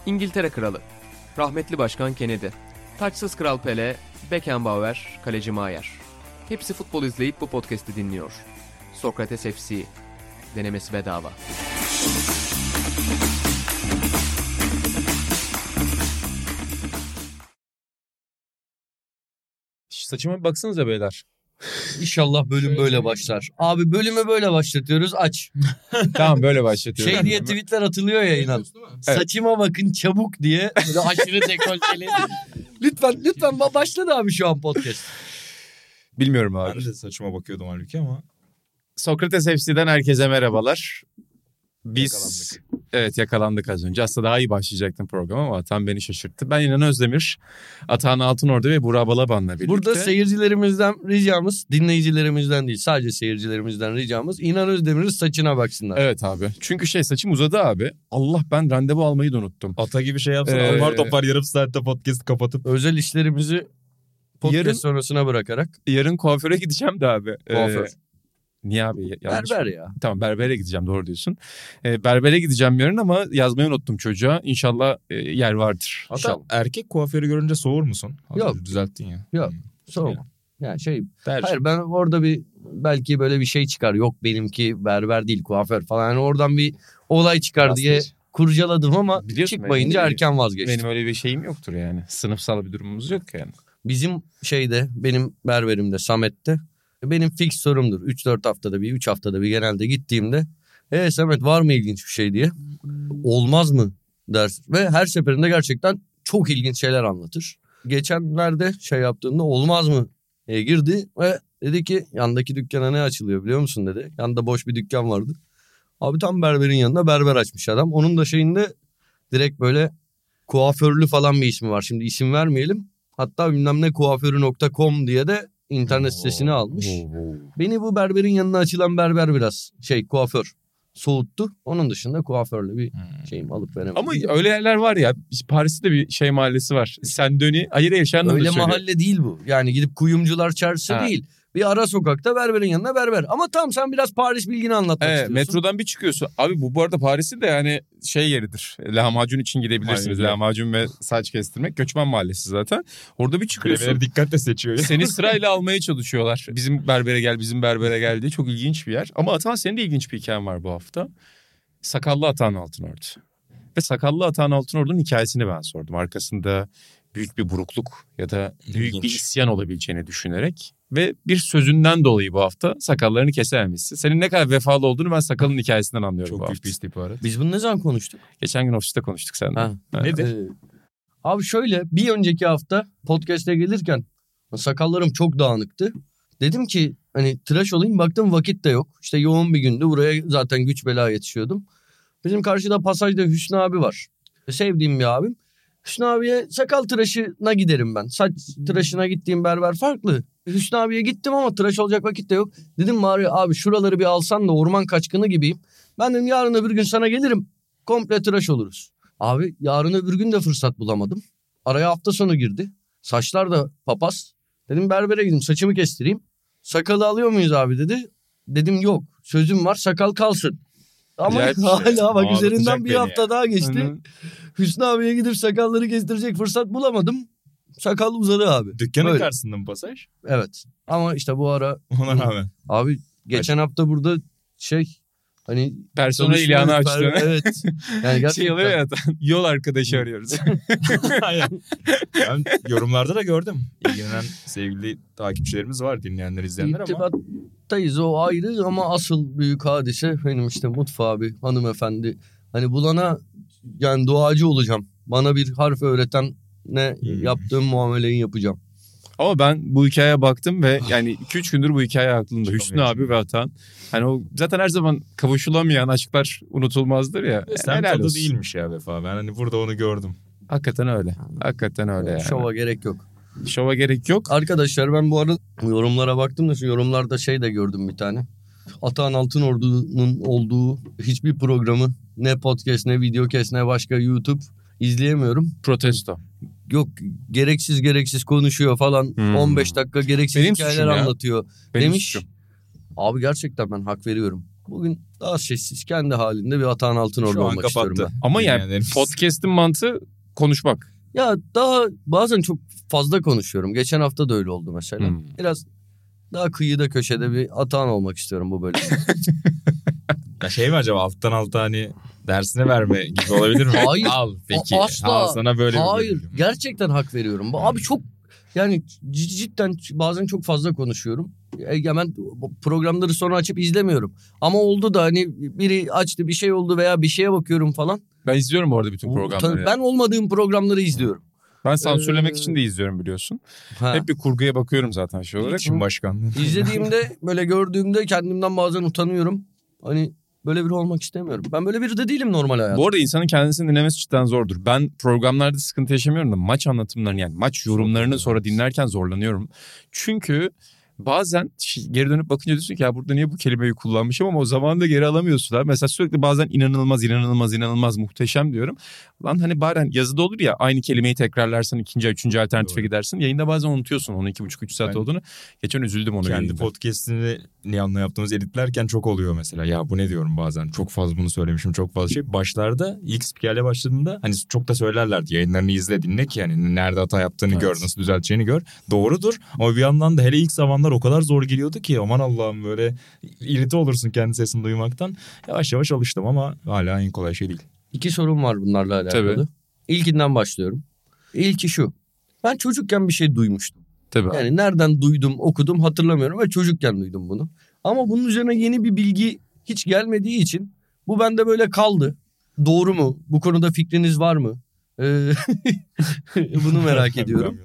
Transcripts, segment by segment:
İngiltere Kralı, rahmetli Başkan Kennedy, taçsız Kral Pele, Beckenbauer, Kaleci Maier. Hepsi futbol izleyip bu podcast'i dinliyor. Sokrates FC, denemesi bedava. Saçıma bir baksanıza beyler. İnşallah bölüm böyle başlar. Abi bölümü böyle başlatıyoruz, aç. Tamam, böyle başlatıyoruz. Şey diye tweetler atılıyor ya inan. Evet. Saçıma bakın çabuk diye. Böyle aşırı dekolteli. lütfen başladı abi şu an podcast. Bilmiyorum abi. Ben de saçıma bakıyordum halbuki ama. Sokrates FC'den herkese merhabalar. Biz Yakalandık. Yakalandık az önce. Aslında daha iyi başlayacaktım program ama Atan beni şaşırttı. Ben İnan Özdemir, Atahan Altınordu ve Burak Balaban'la birlikte. Burada seyircilerimizden ricamız, dinleyicilerimizden değil sadece seyircilerimizden ricamız İnan Özdemir'in saçına baksınlar. Evet abi. Çünkü saçım uzadı abi. Allah, ben randevu almayı da unuttum. Ata gibi şey yapsana. Alvar topar yarım saatte podcast kapatıp. Özel işlerimizi podcast sonrasına bırakarak. Yarın kuaföre gideceğim de abi. Kuaför. Niye abi? Berber ya. Tamam, berbere gideceğim, doğru diyorsun. Berbere gideceğim yarın ama yazmayı unuttum çocuğa. İnşallah yer vardır. Hatta İnşallah. erkek kuaförü görünce soğur musun? Yok. Düzelttin ya. Yok. Soğuma. Yani Tercih. hayır ben orada belki böyle bir şey çıkar. Yok benimki berber değil kuaför falan. Yani oradan bir olay çıkar diye kurcaladım ama Biliyorsun çıkmayınca benim, erken vazgeçtim. Benim öyle bir şeyim yoktur yani. Sınıfsal bir durumumuz yok yani. Bizim benim berberimde Samet'te benim fix sorumdur. 3-4 haftada bir 3 haftada bir genelde gittiğimde Samet var mı ilginç bir şey diye. Olmaz mı der. Ve her seferinde gerçekten çok ilginç şeyler anlatır. Geçenlerde yaptığında olmaz mı girdi ve dedi ki yandaki dükkana ne açılıyor biliyor musun dedi. Yanında boş bir dükkan vardı. Abi tam berberin yanında berber açmış adam. Onun da direkt böyle kuaförlü falan bir ismi var. Şimdi isim vermeyelim. Hatta bilmem ne kuaförü.com diye de internet sitesini almış. Beni bu berberin yanına açılan berber biraz kuaför soğuttu. Onun dışında kuaförlü bir şeyim alıp veremedim. Ama öyle yerler var ya. Paris'te de bir mahallesi var. Saint-Denis. Hayır, yaşayanlar da öyle söylüyor. mahalle değil bu. Yani gidip kuyumcular çarşısı değil. Bir ara sokakta berberin yanına berber. Ama tam sen biraz Paris bilgini anlatmak istiyorsun. Metrodan bir çıkıyorsun. Abi bu arada Paris'in de yani yeridir. Lahmacun için gidebilirsiniz. Aynen. Lahmacun ve saç kestirmek. Göçmen mahallesi zaten. Orada bir çıkıyorsun. Kreveleri dikkatle seçiyor ya. Seni sırayla almaya çalışıyorlar. Bizim berbere gel diye. Çok ilginç bir yer. Ama Atahan, senin de ilginç bir hikayen var bu hafta. Sakallı Atahan Altınordu. Ve Sakallı Atahan Altınordu'nun hikayesini ben sordum. Arkasında büyük bir burukluk ya da büyük bir isyan olabileceğini düşünerek ve bir sözünden dolayı bu hafta sakallarını kesememişsin. Senin ne kadar vefalı olduğunu ben sakalın hikayesinden anlıyorum bu Çok hafta. büyük bir istihbarat. Biz bunu ne zaman konuştuk? Geçen gün ofiste konuştuk seninle. Nedir? Abi bir önceki hafta podcast'e gelirken sakallarım çok dağınıktı. Dedim ki tıraş olayım, baktım vakit de yok. Yoğun bir gündü, buraya zaten güç bela yetişiyordum. Bizim karşıda pasajda Hüsnü abi var. Sevdiğim bir abim. Hüsnü abiye sakal tıraşına giderim ben. Saç tıraşına gittiğim berber farklı. Hüsnü abiye gittim ama tıraş olacak vakit de yok. Dedim bari abi şuraları bir alsan da orman kaçkını gibiyim. Ben dedim yarın öbür gün sana gelirim. Komple tıraş oluruz. Abi yarın öbür gün de fırsat bulamadım. Araya hafta sonu girdi. Saçlar da papaz. Dedim berbere gideyim, saçımı kestireyim. Sakalı alıyor muyuz abi dedi. Dedim yok, sözüm var, sakal kalsın. Ama hala bak üzerinden bir hafta daha geçti. Hüsnü abiye gidip sakalları kestirecek fırsat bulamadım. Sakal uzadı abi. Dükkanın karşısında mı pasaj? Evet. Ama bu ara... Ona rağmen. Abi geçen hafta burada Persona ilanı açtı. Evet. Yani gerçekten. Oluyor ya, yol arkadaşı arıyoruz. Ben yorumlarda da gördüm. İlgilenen sevgili takipçilerimiz var, dinleyenler, izleyenler ama. İrtibattayız, o ayrı ama asıl büyük hadise benim Mutlu abi, hanımefendi. Bulana duacı olacağım. Bana bir harf öğreten yaptığım muameleyi yapacağım. Ama ben bu hikayeye baktım ve 2-3 gündür bu hikaye aklımda. Hüsnü abi ve Atahan. O zaten her zaman kavuşulamayan aşklar unutulmazdır ya. Sen tadı değilmiş ya vefa. Ben burada onu gördüm. Hakikaten öyle. Hakikaten öyle yani. Şova gerek yok. Şova gerek yok. Arkadaşlar ben bu arada yorumlara baktım da şu yorumlarda de gördüm bir tane. Atahan Altınordu'nun olduğu hiçbir programı, ne podcast, ne videocast, ne başka YouTube izleyemiyorum. Protesto. Yok gereksiz konuşuyor falan. 15 dakika gereksiz hikayeler anlatıyor. Benim demiş. suçum. Abi gerçekten ben hak veriyorum. Bugün daha sessiz, kendi halinde bir Atahan Altınordu Şu an olmak istiyorum kapattı. ben. Ama yani Dinleyenlerimiz. podcast'in mantığı konuşmak. Ya daha bazen çok fazla konuşuyorum. Geçen hafta da öyle oldu mesela. Biraz daha kıyıda köşede bir Atahan olmak istiyorum bu bölümde. Ya şey mi acaba alttan alta hani dersine verme gibi olabilir mi? Hayır. Al peki. Asla. Al sana böyle Hayır. bir bölüm. Gerçekten hak veriyorum. Abi çok yani cidden bazen çok fazla konuşuyorum. Ya ben programları sonra açıp izlemiyorum. Ama oldu da hani biri açtı bir şey oldu veya bir şeye bakıyorum falan. Ben izliyorum orada bütün programları. Ben olmadığım programları izliyorum. Ben sansürlemek için de izliyorum biliyorsun. Ha. Hep bir kurguya bakıyorum zaten şey olarak. İletişim başkanlığı. İzlediğimde böyle gördüğümde kendimden bazen utanıyorum. Hani böyle biri olmak istemiyorum. Ben böyle biri de değilim normal hayatımda. Bu arada insanın kendisini dinlemesi cidden zordur. Ben programlarda sıkıntı yaşamıyorum da maç anlatımlarını yani maç yorumlarını sonra dinlerken zorlanıyorum. Çünkü bazen geri dönüp bakınca diyorsun ki ya burada niye bu kelimeyi kullanmışım ama o zaman da geri alamıyorsun. Abi. Mesela sürekli bazen inanılmaz muhteşem diyorum. Lan hani bari yazıda olur ya aynı kelimeyi tekrarlarsan ikinci, üçüncü alternatife gidersin. Yayında bazen unutuyorsun onun 2,5-3 saat olduğunu. Geçen üzüldüm onu Kendi yayında. podcast'ini Nihan'la yaptığımız editlerken çok oluyor mesela. Ya bu ne diyorum bazen. Çok fazla bunu söylemişim çok fazla şey. Başlarda ilk spikerle başladığımda hani çok da söylerlerdi. Yayınlarını izle dinle ki yani nerede hata yaptığını gör. Nasıl düzelteceğini gör. Doğrudur ama bir yandan da hele ilk zamanlar o kadar zor geliyordu ki aman Allah'ım böyle irite olursun kendi sesini duymaktan. Yavaş yavaş alıştım ama hala en kolay şey değil. 2 sorum var bunlarla alakalı. Tabii. İlkinden başlıyorum. İlki şu. Ben çocukken bir şey duymuştum. Tabii. Yani nereden duydum, okudum hatırlamıyorum ve çocukken duydum bunu. Ama bunun üzerine yeni bir bilgi hiç gelmediği için bu bende böyle kaldı. Doğru mu? Bu konuda fikriniz var mı? Bunu merak ediyorum.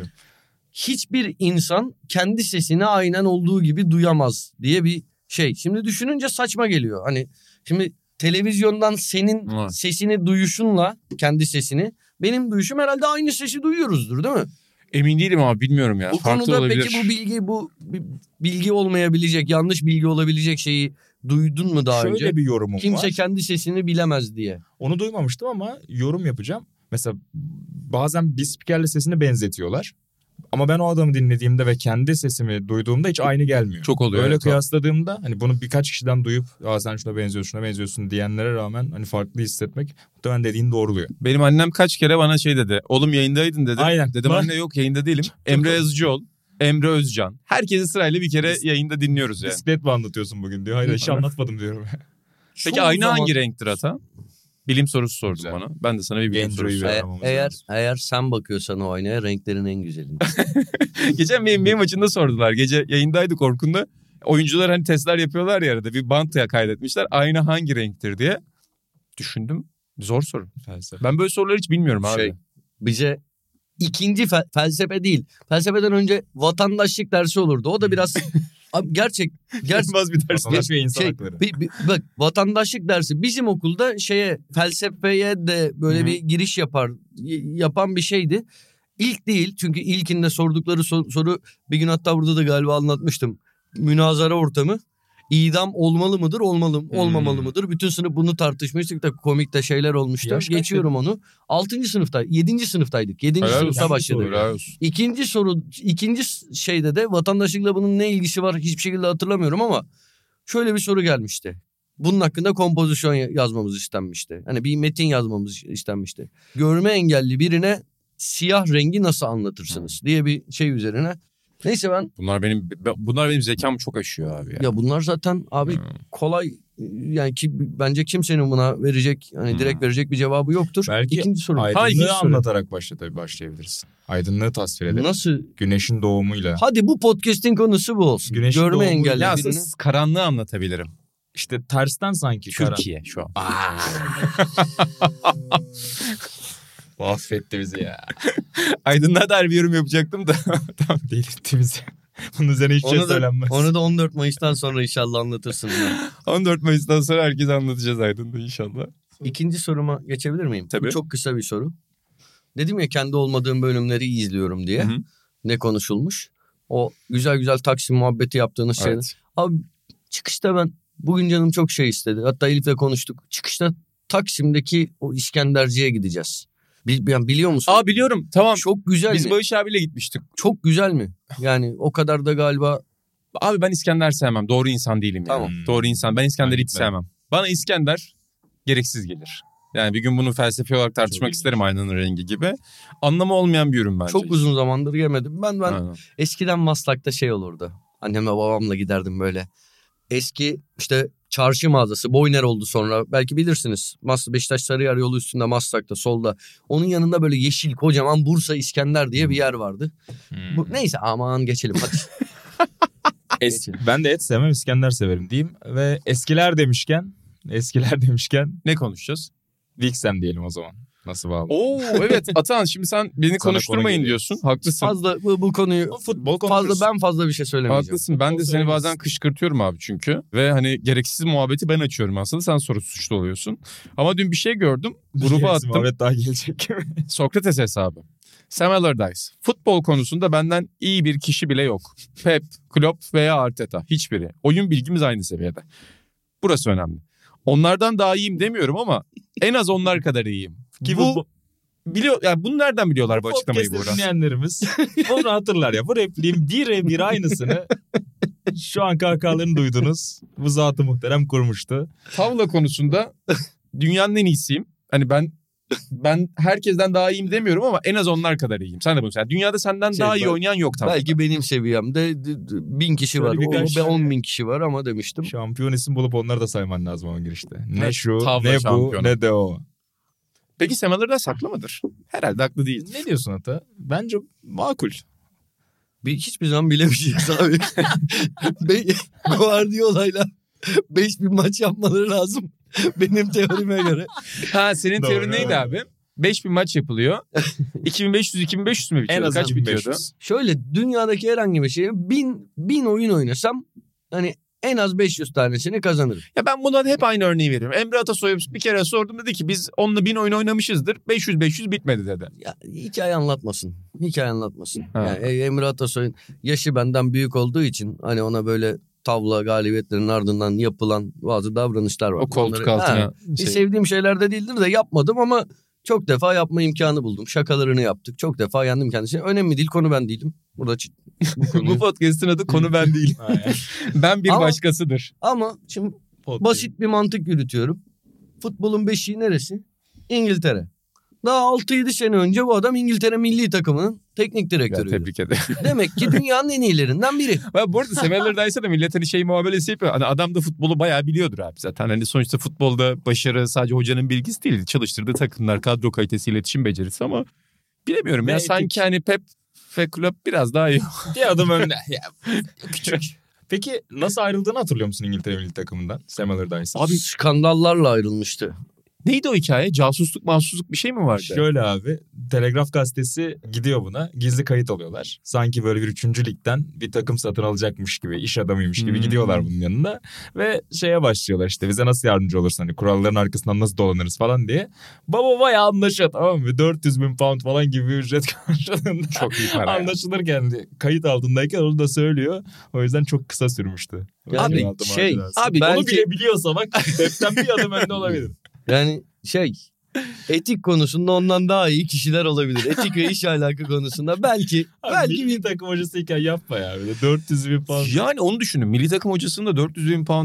Hiçbir insan kendi sesini aynen olduğu gibi duyamaz diye bir şey. Şimdi düşününce saçma geliyor. Hani şimdi televizyondan senin sesini duyuşunla kendi sesini benim duyuşum herhalde aynı sesi duyuyoruzdur değil mi? Emin değilim ama bilmiyorum ya. Bu Farklı konuda olabilir. peki bu bilgi olmayabilecek, yanlış bilgi olabilecek şeyi duydun mu daha önce? Şöyle bir yorumum Kimse var. kendi sesini bilemez diye. Onu duymamıştım ama yorum yapacağım. Mesela bazen bir spikerle sesini benzetiyorlar. Ama ben o adamı dinlediğimde ve kendi sesimi duyduğumda hiç aynı gelmiyor. Çok oluyor. Böyle evet, kıyasladığımda hani bunu birkaç kişiden duyup sen şuna benziyorsun diyenlere rağmen hani farklı hissetmek muhtemelen dediğin doğruluyor. Benim annem kaç kere bana şey dedi. Oğlum yayındaydın dedi. Aynen. Dedim anne yok yayında değilim. Emre Yazıcıoğlu, Emre Özcan. Herkesi sırayla bir kere yayında dinliyoruz yani. Bisiklet mi anlatıyorsun bugün diyor. Hayır hiç anlatmadım diyorum. Peki Çoğu ayna zaman- hangi renktir Ata? Bilim sorusu sordum Güzel. bana. Ben de sana bir bilim Andrew'yu sorusu ver. sordum. Eğer sen bakıyorsan o aynaya renklerin en güzelini. Geçen benim maçında sordular. Gece yayındaydık Orkun'da. Oyuncular hani testler yapıyorlar ya arada. Bir bantya kaydetmişler. Ayna hangi renktir diye. Düşündüm. Zor soru. Felsefe. Ben böyle soruları hiç bilmiyorum abi. Bize ikinci felsefe değil. Felsefeden önce vatandaşlık dersi olurdu. O da biraz abi gerçek Yapmaz bir ders. Vatandaş ve insan hakları. Bak vatandaşlık dersi bizim okulda felsefeye de böyle bir giriş yapan bir şeydi. İlk değil çünkü ilkinde sordukları soru bir gün hatta burada da galiba anlatmıştım. Münazara ortamı. İdam olmalı mıdır, olmamalı mıdır? Bütün sınıf bunu tartışmıştık da komik de şeyler olmuştu. Yaş Geçiyorum onu. 6. sınıfta, 7. sınıftaydık. 7. sınıfta başladık. İkinci şeyde de vatandaşlıkla bunun ne ilgisi var hiçbir şekilde hatırlamıyorum ama şöyle bir soru gelmişti. Bunun hakkında kompozisyon yazmamız istenmişti. Hani bir metin yazmamız istenmişti. Görme engelli birine siyah rengi nasıl anlatırsınız diye bir şey üzerine. Neyse Bunlar benim zekamı çok aşıyor abi ya. ya bunlar zaten abi kolay yani ki bence kimsenin buna verecek hani direkt verecek bir cevabı yoktur. Belki İkinci soru. aydınlığı anlatarak başlayabilirsin. Aydınlığı tasvir ederek. Nasıl? Güneşin doğumuyla. Hadi bu podcast'in konusu bu olsun. Güneşin Görme doğumu- engelli Ya birine. karanlığı anlatabilirim. İşte tersten sanki. Türkiye şu an. Mahvetti bizi ya. Aydınlığa dair bir yorum yapacaktım da. Tam delirtti bizi. Bunun üzerine hiçbir şey söylenmez. Onu da 14 Mayıs'tan sonra inşallah anlatırsın. 14 Mayıs'tan sonra herkese anlatacağız Aydın'da inşallah. İkinci soruma geçebilir miyim? Tabii. Bu çok kısa bir soru. Dedim ya kendi olmadığım bölümleri izliyorum diye. Hı hı. Ne konuşulmuş? O güzel güzel Taksim muhabbeti yaptığınız şeyler. Evet. Abi çıkışta ben bugün canım çok şey istedi. Hatta Elif'le konuştuk. Çıkışta Taksim'deki o İskenderci'ye gideceğiz. Biliyor musun? Aa biliyorum tamam. Çok güzel Biz mi? Barış abiyle gitmiştik. Çok güzel mi? Yani o kadar da galiba Abi ben İskender sevmem. Doğru insan değilim Tamam. yani. Doğru insan. Ben İskender'i Ben hiç sevmem. Bana İskender gereksiz gelir. Yani bir gün bunu felsefi olarak tartışmak Çok isterim aynanın rengi gibi. Anlamı olmayan bir ürün bence. Çok uzun zamandır yemedim. Ben Aynen. eskiden Maslak'ta şey olurdu. Annemle babamla giderdim böyle. Eski işte çarşı mağazası Boyner oldu sonra. Belki bilirsiniz. Beşiktaş Sarıyer yolu üstünde Maslak'ta solda. Onun yanında böyle yeşil kocaman Bursa İskender diye bir yer vardı. Neyse aman geçelim hadi. Ben de et sevmem, İskender severim diyeyim. Ve eskiler demişken Ne konuşacağız? Vixen diyelim o zaman. Nasıl bağlı? Oo evet Atan şimdi sen beni Sana konuşturmayın konu diyorsun. Haklısın. Fazla bu konuyu Futbol konuşuruz. fazla bir şey söylemeyeceğim. Haklısın. Ben de seni bazen kışkırtıyorum abi çünkü. Ve hani gereksiz muhabbeti ben açıyorum aslında. Sen sonra suçlu oluyorsun. Ama dün bir şey gördüm. Gruba attım. Muhabbet daha gelecek gibi. Sokrates hesabı. Sam Allardyce. Futbol konusunda benden iyi bir kişi bile yok. Pep, Klopp veya Arteta. Hiçbiri. Oyun bilgimiz aynı seviyede. Burası önemli. Onlardan daha iyiyim demiyorum ama en az onlar kadar iyiyim. Ki Bu biliyor yani bunu nereden biliyorlar bu açıklamayı Podcast'te Buğra? dinleyenlerimiz bunu hatırlar ya. Bu repliğin birebir aynısını şu an kahkahalarını duydunuz. Bu zat-ı muhterem kurmuştu. Tavla konusunda dünyanın en iyisiyim. Hani ben herkesten daha iyiyim demiyorum ama en az onlar kadar iyiyim. Sen de bunu söyle. Dünyada senden daha iyi oynayan yok tabii. Belki benim seviyemde 1000 kişi Şöyle var. birkaç- 10.000 kişi var ama demiştim. Şampiyon isim bulup onları da sayman lazım ama girişte. Ne Evet, şu, tavla ne bu, şampiyonu. ne de o. Peki Sam Allardyce haklı mıdır? Herhalde haklı değil. Ne diyorsun Ata? Bence makul. Hiçbir zaman bilemeyeceğiz abi. Guardiola'yla 5000 maç yapmaları lazım. Benim teorime göre. Ha senin Doğru. teorin neydi abi? 5000 maç yapılıyor. 2500 mü bitiyordu? En az Kaç bitiyordu? 1500. Şöyle dünyadaki herhangi bir şeye 1000 oyun oynasam hani en az 500 tanesini kazanırım. Ya ben buna hep aynı örneği veriyorum. Emre Atasoy'a bir kere sordum dedi ki biz onunla 1000 oyun oynamışızdır. 500 bitmedi dedi. Ya hikaye anlatmasın. Ha. Yani Emre Atasoy'un yaşı benden büyük olduğu için hani ona böyle tavla galibiyetlerinin ardından yapılan bazı davranışlar var. O koltuk Onları- altına Hiç sevdiğim şeyler de değildir de yapmadım ama çok defa yapma imkanı buldum. Şakalarını yaptık. Çok defa yendim kendisini. Önemli değil, konu ben değilim. Burada bu konuyu- Bu podcast'in adı konu ben değil. Aynen. Ben bir Ama- başkasıdır. Ama şimdi basit bir mantık yürütüyorum. Futbolun beşiği neresi? İngiltere. Daha 6-7 sene önce bu adam İngiltere milli takımının teknik Ya, direktörüydü. tebrik ederim. Demek ki dünyanın en iyilerinden biri. Ben bu arada Sam Allardyce'a da millet hani şey muamelesi yapıyor. Hani adam da futbolu bayağı biliyordur abi zaten. Hani sonuçta futbolda başarı sadece hocanın bilgisi değil. Çalıştırdığı takımlar, kadro kalitesi, iletişim becerisi ama bilemiyorum. Ve Ya etik. sanki hani Pep ve Klopp biraz daha iyi. Bir adım önde. Ya, küçük. Peki nasıl ayrıldığını hatırlıyor musun İngiltere milli takımından? Sam Allardyce'ın. Abi skandallarla ayrılmıştı. Neydi o hikaye? Casusluk, mahsusluk bir şey mi vardı? Şöyle abi, Telegraf gazetesi gidiyor buna, gizli kayıt alıyorlar. Sanki böyle bir 3. ligden bir takım satın alacakmış gibi, iş adamıymış gibi gidiyorlar bunun yanına. Ve şeye başlıyorlar işte, bize nasıl yardımcı olursun, hani kuralların arkasından nasıl dolanırız falan diye. Baba bayağı anlaşıyor, tamam mı? 400.000 pound falan gibi bir ücret karşılığında. Çok iyi para. Anlaşılırken de kayıt altındayken onu da söylüyor. O yüzden çok kısa sürmüştü. Yani Öyle aldım şey, macerası. abi Onu belki- bile biliyorsa bak, Pep'ten bir adım önde olabilir. Yani etik konusunda ondan daha iyi kişiler olabilir. Etik ve iş alaka konusunda belki Abi milli takım hocasıyken yapma ya. Böyle 400.000 pound. Yani onu düşünün. Milli takım hocasının da 400.000 pound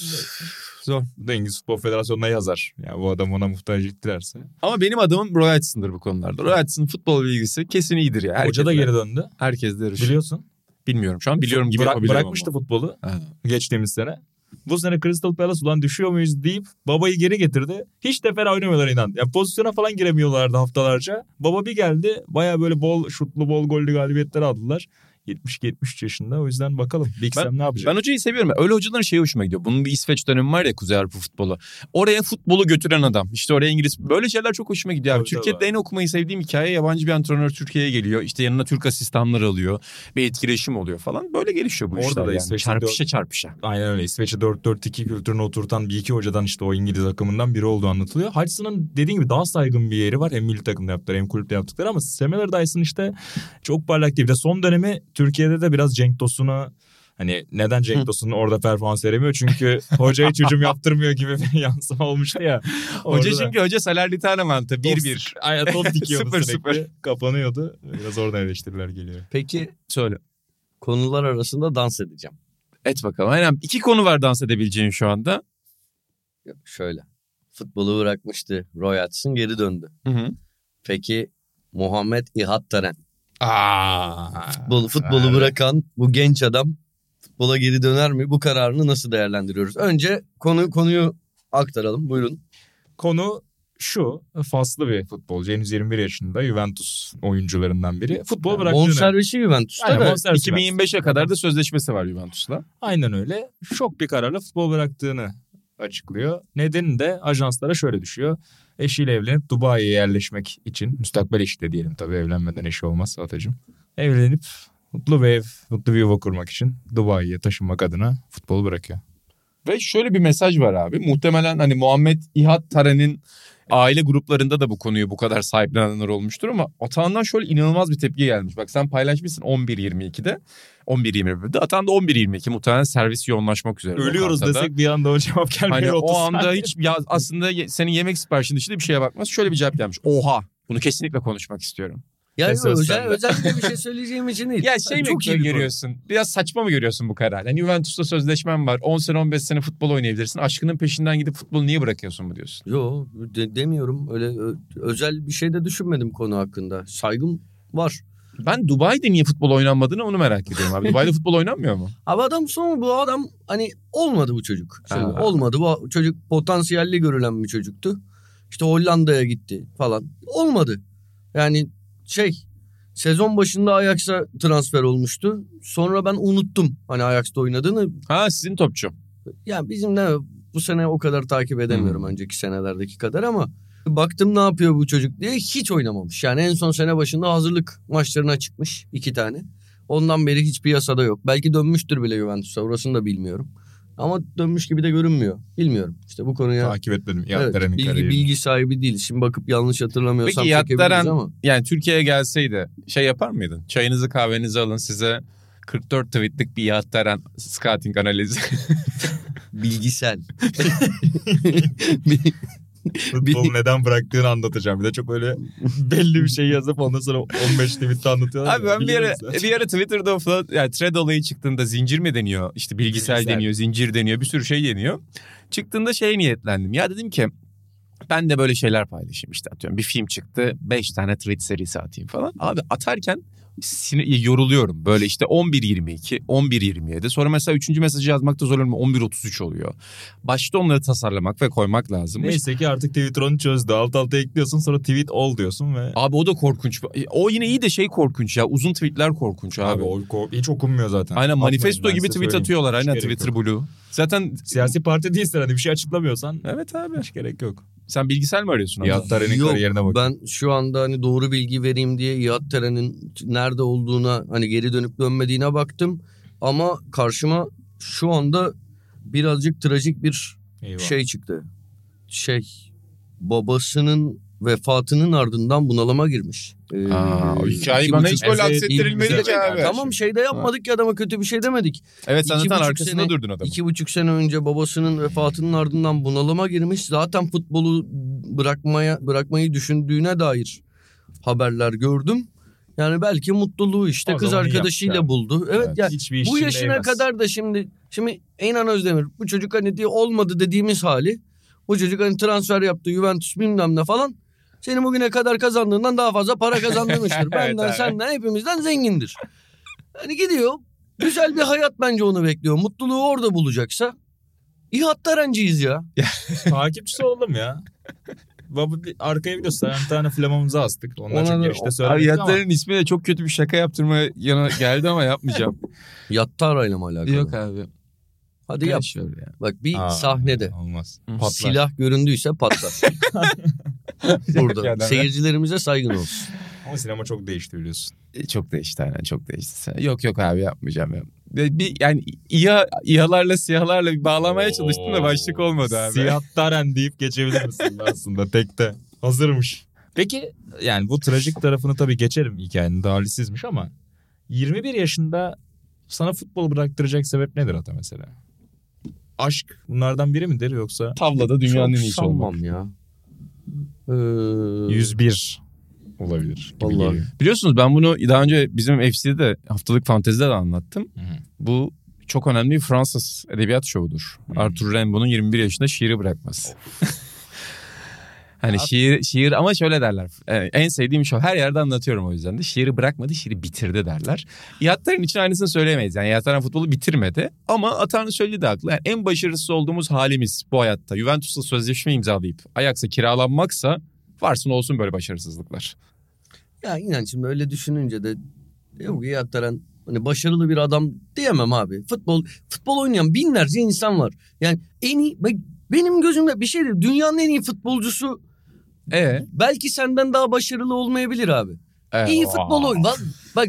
zor. Bu da İngiliz Futbol Federasyonu'na yazar. Ya bu adam ona muhtaç ettilerse. Ama benim adamım Roy Hodgson'dır bu konularda. Roy Hodgson futbol bilgisi kesin iyidir ya. Hoca da geri döndü. Herkes de yarışır. Biliyorsun. Bilmiyorum şu an. Biliyorum gibi yapabilirim Bırakmıştı ama. futbolu Ha. geçtiğimiz sene. Bu sene Crystal Palace ulan düşüyor muyuz deyip babayı geri getirdi. Hiç de fena oynamıyorlar inan. Ya pozisyona falan giremiyorlardı haftalarca. Baba bir geldi. Baya böyle bol şutlu bol gollü galibiyetler aldılar. 72-73 yaşında. O yüzden bakalım Big Sam ne yapacak? Ben hocayı seviyorum. Öyle hocaların şeyi hoşuma gidiyor. Bunun bir İsveç dönemi var ya Kuzey Avrupa futbolu. Oraya futbolu götüren adam. İşte oraya İngiliz. Böyle şeyler çok hoşuma gidiyor abi. Tabii, Türkiye'de tabii. en okumayı sevdiğim hikaye yabancı bir antrenör Türkiye'ye geliyor. İşte yanına Türk asistanlar alıyor. Bir etkileşim oluyor falan. Böyle gelişiyor bu Orada işler da yani. İsveç'te Çarpışa. Aynen öyle. İsveç'e 4-4-2 kültürünü oturtan bir iki hocadan işte o İngiliz akımından biri olduğu anlatılıyor. Hodgson'ın dediğin gibi daha saygın bir yeri var. Hem milli takımda yaptıkları hem kulüpte yaptıkları ama Sam Allardyce'ın işte çok parlak değil. Bir de son dönemi Türkiye'de de biraz Cenk Tosun'a hani neden Cenk Tosun orada performans veremiyor? Çünkü hoca hiç hücum yaptırmıyor gibi bir yansıma olmuştu ya. Hoca Orada da çünkü hoca Salernitana mantığı 1-1. Aynen top dikiyordu 0-0. sürekli. Kapanıyordu. Biraz oradan eleştiriler geliyor. Peki Söyle. konular arasında dans edeceğim. Et bakalım. Aynen 2 konu var dans edebileceğin şu anda. Şöyle. Futbolu bırakmıştı Roy Hodgson, geri döndü. Hı. Peki Muhammed İhattaren. Aa. Futbolu bırakan bu genç adam futbola geri döner mi? Bu kararını nasıl değerlendiriyoruz? Önce konuyu aktaralım. Buyurun. Konu şu, faslı bir futbolcu. Henüz 21 yaşında, Juventus oyuncularından biri. Futbol bıraktığını. Bonservisi Juventus'ta Aynen, da. bonservisi 2025'e kadar da sözleşmesi var Juventus'la. Aynen öyle. Şok bir kararla futbol bıraktığını açıklıyor. Nedeni de ajanslara şöyle düşüyor. Eşiyle evlenip Dubai'ye yerleşmek için, müstakbel eşi de diyelim tabii, evlenmeden eşi olmaz Atacığım. Evlenip mutlu bir ev, mutlu bir yuva kurmak için Dubai'ye taşınmak adına futbolu bırakıyor. Ve şöyle bir mesaj var abi. Muhtemelen hani Muhammed İhattaren'in aile gruplarında da bu konuyu bu kadar sahiplenenler olmuştur ama Atahan'dan şöyle inanılmaz bir tepki gelmiş. Bak sen paylaşmışsın 11.22'de. 11.21'de. Atahan da 11.22. Muhtemelen servis yoğunlaşmak üzere. Ölüyoruz lokantada. desek bir anda o cevap gelmiyor. Hani 30 o anda saniye. hiç aslında senin yemek siparişinin dışında bir şeye bakmaz. Şöyle bir cevap gelmiş. Oha. Bunu kesinlikle konuşmak istiyorum. Yani Söz özellikle bir şey söyleyeceğim için değil. Ya şey mi Çok iyi bir görüyorsun? Biraz saçma mı görüyorsun bu kararı? Yani Juventus'ta sözleşmen var. 10 sene 15 sene futbol oynayabilirsin. Aşkının peşinden gidip futbolu niye bırakıyorsun mu diyorsun? Yo demiyorum. Öyle özel bir şey de düşünmedim konu hakkında. Saygım var. Ben Dubai'de niye futbol oynanmadığını onu merak ediyorum abi. Dubai'de futbol oynanmıyor mu? Abi bu adam hani olmadı bu çocuk. Şimdi Ha. olmadı. Bu çocuk potansiyelli görülen bir çocuktu. İşte Hollanda'ya gitti falan. Olmadı. Yani sezon başında Ajax'a transfer olmuştu. Sonra ben unuttum hani Ajax'ta oynadığını. Ha sizin topçu. Ya bizim de bu sene o kadar takip edemiyorum önceki senelerdeki kadar ama baktım ne yapıyor bu çocuk diye, hiç oynamamış. Yani en son sene başında hazırlık maçlarına çıkmış 2 tane. Ondan beri hiç piyasada yok. Belki dönmüştür bile Juventus'a, orasını da bilmiyorum. Ama dönmüş gibi de görünmüyor. Bilmiyorum. İşte bu konuya Takip etmedim. evet, bilgi sahibi değil. Şimdi bakıp yanlış hatırlamıyorsam Peki çekebiliriz Yattaren ama. yani Türkiye'ye gelseydi şey yapar mıydın? Çayınızı kahvenizi alın, size 44 tweetlik bir Yattaren scouting analizi. Bilgisel. Futbolu neden bıraktığını anlatacağım. Bir de çok öyle belli bir şey yazıp ondan sonra 15 tweet'te anlatıyorlar. Abi ben bir ara Twitter'da falan yani thread olayı çıktığında zincir mi deniyor? İşte bilgisel deniyor, zincir deniyor, bir sürü şey deniyor. Çıktığında niyetlendim. Ya dedim ki ben de böyle şeyler paylaşayım, işte atıyorum bir film çıktı 5 tane tweet serisi atayım falan. Abi atarken yoruluyorum. Böyle işte 11.22, 11.27. Sonra mesela 3. mesajı yazmakta zorlanıyorum. 11.33 oluyor. Başta onları tasarlamak ve koymak lazım. Neyse ki artık Twitter onu çözdü. Alt alta ekliyorsun, sonra tweet ol diyorsun ve... Abi o da korkunç. O yine iyi de korkunç ya. Uzun tweetler korkunç abi. Abi o hiç okunmuyor zaten. Aynen, Atmayın, manifesto ben gibi size tweet söyleyeyim. atıyorlar. Hiç Aynen, gerek Twitter yok. Blue. Zaten Siyasi parti değilsen hani bir şey açıklamıyorsan evet abi. hiç gerek yok. Sen bilgisayar mı arıyorsun? Yattaren'in Yok, kariyerine bak. ben şu anda hani doğru bilgi vereyim diye Yattaren'in nerede olduğuna, hani geri dönüp dönmediğine baktım. Ama karşıma şu anda birazcık trajik bir Eyvah. şey çıktı. Babasının vefatının ardından bunalıma girmiş. O hikayeyi İki bana buçuk- hiç böyle Evet, aksettirilmedi evet, ki abi. Tamam, şey de yapmadık ki, adama kötü bir şey demedik. Evet, sen 2,5 zaten arkasında sene- durdun adamın. 2,5 sene önce babasının vefatının ardından bunalıma girmiş. Zaten futbolu bırakmayı düşündüğüne dair haberler gördüm. Yani belki mutluluğu işte O kız zaman iyi arkadaşıyla yapmış abi. buldu. Evet, Evet, yani hiçbir iş bu için yaşına değmez. kadar da şimdi İnan Özdemir, bu çocuk hani diye olmadı dediğimiz hali, bu çocuk hani transfer yaptı Juventus bilmem ne falan, senin bugüne kadar kazandığından daha fazla para kazandırmıştır. Benden abi. senden hepimizden zengindir. Hani gidiyor, güzel bir hayat bence onu bekliyor. Mutluluğu orada bulacaksa İhattarenciyiz ya. Takipçisi oldum ya. Baba bir arkaya biliyorsun. Bir tane flamamızı astık. Onlar Ona çok da- girişte Abi söylemedik ama. Yattaren'in ismi de çok kötü bir şaka yaptırmaya yana geldi ama yapmayacağım. Yattara'yla mı alakalı? Yok abi. Hadi yap. Şöyle ya. Bak bir Aa, sahnede Olmaz. Hı. Patlar. silah göründüyse patlar. Burada Yani. seyircilerimize saygın olsun. Ama sinema çok değişti biliyorsun. Çok değişti, aynen, çok değişti. Yok abi, yapmayacağım ya. Bir yani İHA'larla SİHA'larla bir bağlamaya çalıştım da başlık olmadı abi. Siyahtaren deyip geçebilir misin aslında tekte? Hazırmış. Peki yani bu trajik tarafını tabii geçerim, hikayenin talihsizmiş ama 21 yaşında sana futbol bıraktıracak sebep nedir Ata mesela? Aşk bunlardan biri midir yoksa? Tavlada dünyanın en Çok iyisi olmak. sanmam ya. 101 olabilir gibi Vallahi. geliyor. Biliyorsunuz ben bunu daha önce bizim FC'de de, haftalık fantezide de anlattım. Hı hı. Bu çok önemli bir Fransız edebiyat şovudur. Arthur Rimbaud'un 21 yaşında şiiri bırakması. Hani şiir ama şöyle derler. En sevdiğim şov. Her yerde anlatıyorum o yüzden de. Şiiri bırakmadı, şiiri bitirdi derler. Yattar'ın için aynısını söyleyemeyiz. Yani Yattar'ın futbolu bitirmedi. Ama Atan'ın söylediği de haklı. Yani en başarısız olduğumuz halimiz bu hayatta. Juventus'la sözleşme imzalayıp Ajax'a kiralanmaksa varsın olsun böyle başarısızlıklar. Ya inan şimdi öyle düşününce de yok Yattar'ın hani başarılı bir adam diyemem abi. Futbol oynayan binlerce insan var. Yani en iyi benim gözümde bir şey değil. Dünyanın en iyi futbolcusu belki senden daha başarılı olmayabilir abi. İyi futbol oynuyor. Bak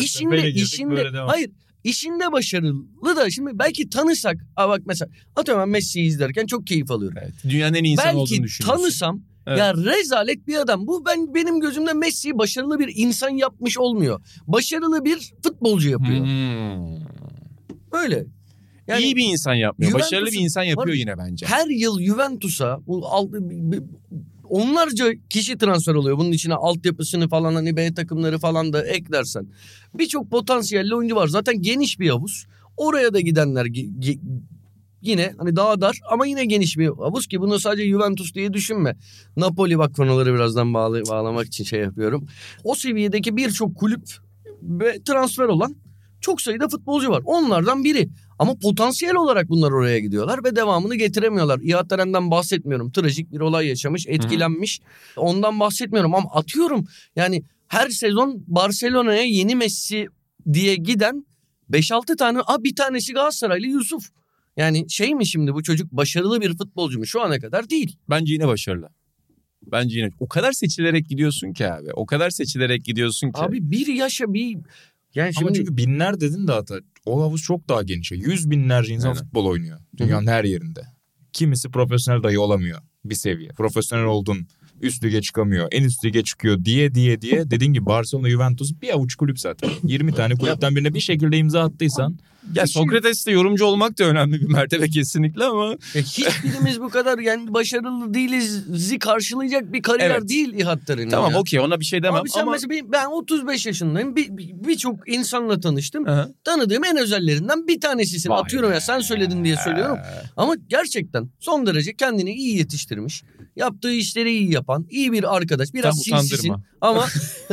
işinde başarılı da şimdi belki tanısak. Bak mesela atıyorum ben Messi'yi izlerken çok keyif alıyorum. Evet, dünyanın en iyi insan olduğunu belki düşünüyorsun. tanısam ya rezalet bir adam. Bu benim gözümde Messi'yi başarılı bir insan yapmış olmuyor. Başarılı bir futbolcu yapıyor. Öyle. Yani İyi bir insan yapmıyor. Başarılı bir insan yapıyor yine bence. Her yıl Juventus'a onlarca kişi transfer oluyor. Bunun içine altyapısını falan hani B takımları falan da eklersen. Birçok potansiyelli oyuncu var. Zaten geniş bir havuz. Oraya da gidenler yine hani daha dar ama yine geniş bir havuz ki bunu sadece Juventus diye düşünme. Napoli bak konuları birazdan bağlamak için şey yapıyorum. O seviyedeki birçok kulüp ve transfer olan çok sayıda futbolcu var. Onlardan biri. Ama potansiyel olarak bunlar oraya gidiyorlar ve devamını getiremiyorlar. İHA'dan bahsetmiyorum. Trajik bir olay yaşamış, etkilenmiş. Ondan bahsetmiyorum ama atıyorum yani her sezon Barcelona'ya yeni Messi diye giden 5-6 tane, bir tanesi Galatasaraylı Yusuf. Yani şey mi şimdi bu çocuk başarılı bir futbolcu mu? Şu ana kadar değil. Bence yine başarılı. Bence yine. O kadar seçilerek gidiyorsun ki abi. O kadar seçilerek gidiyorsun ki. Abi bir yaşa bir... Yani ama çünkü binler dedin de hatta o havuz çok daha geniş. 100 binlerce insan futbol oynuyor. Dünyanın her yerinde. Kimisi profesyonel dahi olamıyor bir seviye. Profesyonel oldun, üst lige çıkamıyor, en üst lige çıkıyor diye dediğin gibi Barcelona, Juventus bir avuç kulüp zaten. 20 tane kulüpten birine bir şekilde imza attıysan. Ya Sokrates'te yorumcu olmak da önemli bir mertebe kesinlikle ama. Hiçbirimiz bu kadar yani başarılı değiliz karşılayacak bir kariyer değil İHA'ların. Tamam okey ona bir şey demem abi sen ama. Mesela ben 35 yaşındayım birçok insanla tanıştım. Tanıdığım en özellerinden bir tanesisin. Vay atıyorum be. Ya sen söyledin diye söylüyorum. Ama gerçekten son derece kendini iyi yetiştirmiş. Yaptığı işleri iyi yapan, iyi bir arkadaş. Biraz sinsisin ama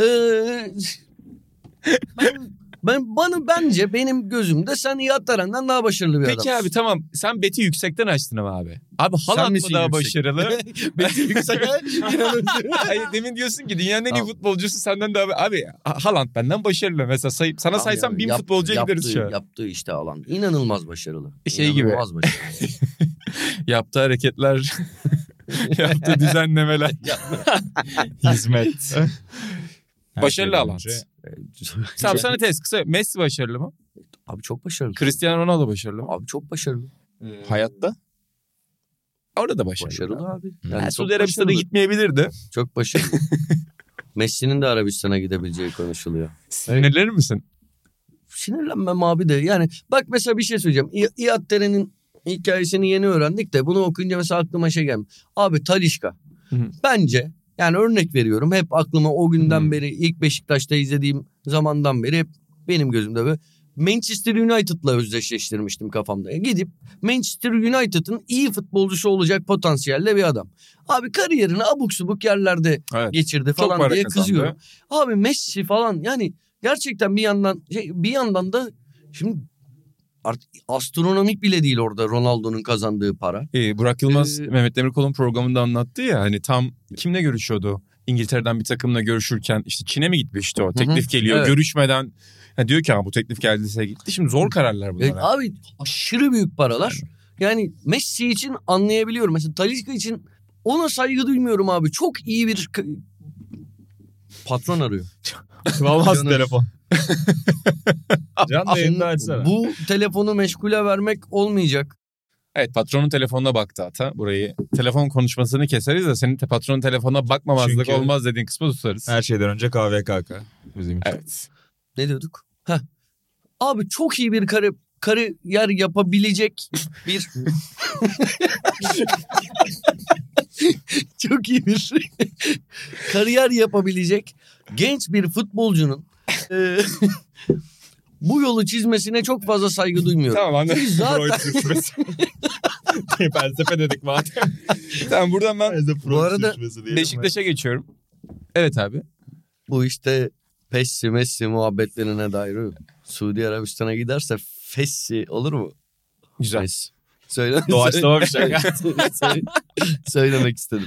bence benim gözümde sen İHA'dan daha başarılı bir adamsın. Peki abi tamam sen beti yüksekten açtın ama abi. Abi Haaland mı daha başarılı? Beti yüksek. Hayır, demin diyorsun ki dünyanın en iyi futbolcusu senden daha... Abi Haaland benden başarılı. Mesela sana saysam 1000 futbolcuya gideriz şu an. Yaptığı işte Haaland. İnanılmaz başarılı. İnanılmaz başarılı. Yaptığı hareketler... yaptığı düzenlemeler. Hizmet. Başarılı Haaland. Tamam sana test kısa. Messi başarılı mı? Abi çok başarılı. Cristiano Ronaldo başarılı mı? Abi çok başarılı. Hayatta? Orada da başarılı. Başarılı abi. Yani Suudi Arabistan'a gitmeyebilirdi. Çok başarılı. Messi'nin de Arabistan'a gidebileceği konuşuluyor. Sinirlenir misin? Sinirlenmem abi de. Yani bak mesela bir şey söyleyeceğim. İHA'nın hikayesini yeni öğrendik de bunu okuyunca mesela aklıma şey geldi. Abi Talisca. Bence yani örnek veriyorum hep aklıma o günden beri ilk Beşiktaş'ta izlediğim zamandan beri hep benim gözümde böyle Manchester United'la özdeşleştirmiştim kafamda. Gidip Manchester United'ın iyi futbolcusu olacak potansiyelde bir adam. Abi kariyerini abuk subuk yerlerde geçirdi falan diye kızıyorum. Abi Messi falan yani gerçekten bir yandan da şimdi artık astronomik bile değil orada Ronaldo'nun kazandığı para. Burak Yılmaz Mehmet Demirkol'un programında anlattı ya hani tam kimle görüşüyordu? İngiltere'den bir takımla görüşürken işte Çin'e mi gitmişti o? Teklif geliyor görüşmeden. Diyor ki bu teklif geldiyse gitti. Şimdi zor kararlar bunlar. Abi aşırı büyük paralar. Yani Messi için anlayabiliyorum. Mesela Talisca için ona saygı duymuyorum abi. Çok iyi bir patron arıyor. Vallahi telefon. Can yayında açsana. Bu telefonu meşgule vermek olmayacak. Evet patronun telefonuna baktı hatta burayı. Telefon konuşmasını keseriz de senin patronun telefonuna bakmamazlık çünkü olmaz dediğin kısmı tutarız. Her şeyden önce KVKK bizim için. Evet. Ne diyorduk? Abi çok iyi bir kariyer yapabilecek bir... çok iyi bir kariyer yapabilecek genç bir futbolcunun bu yolu çizmesine çok fazla saygı duymuyorum. Tamam anladım. Biz zaten Freud sürçmesi. Felsefe dedik madem. Tamam buradan ben Bu arada Beşiktaş'a geçiyorum. Evet abi. bu işte Pessi Messi muhabbetlerine dair Suudi Arabistan'a giderse Fessi olur mu? Güzel. Messi. Söyle. Doğaçlama bir şey. Söylemek istedim.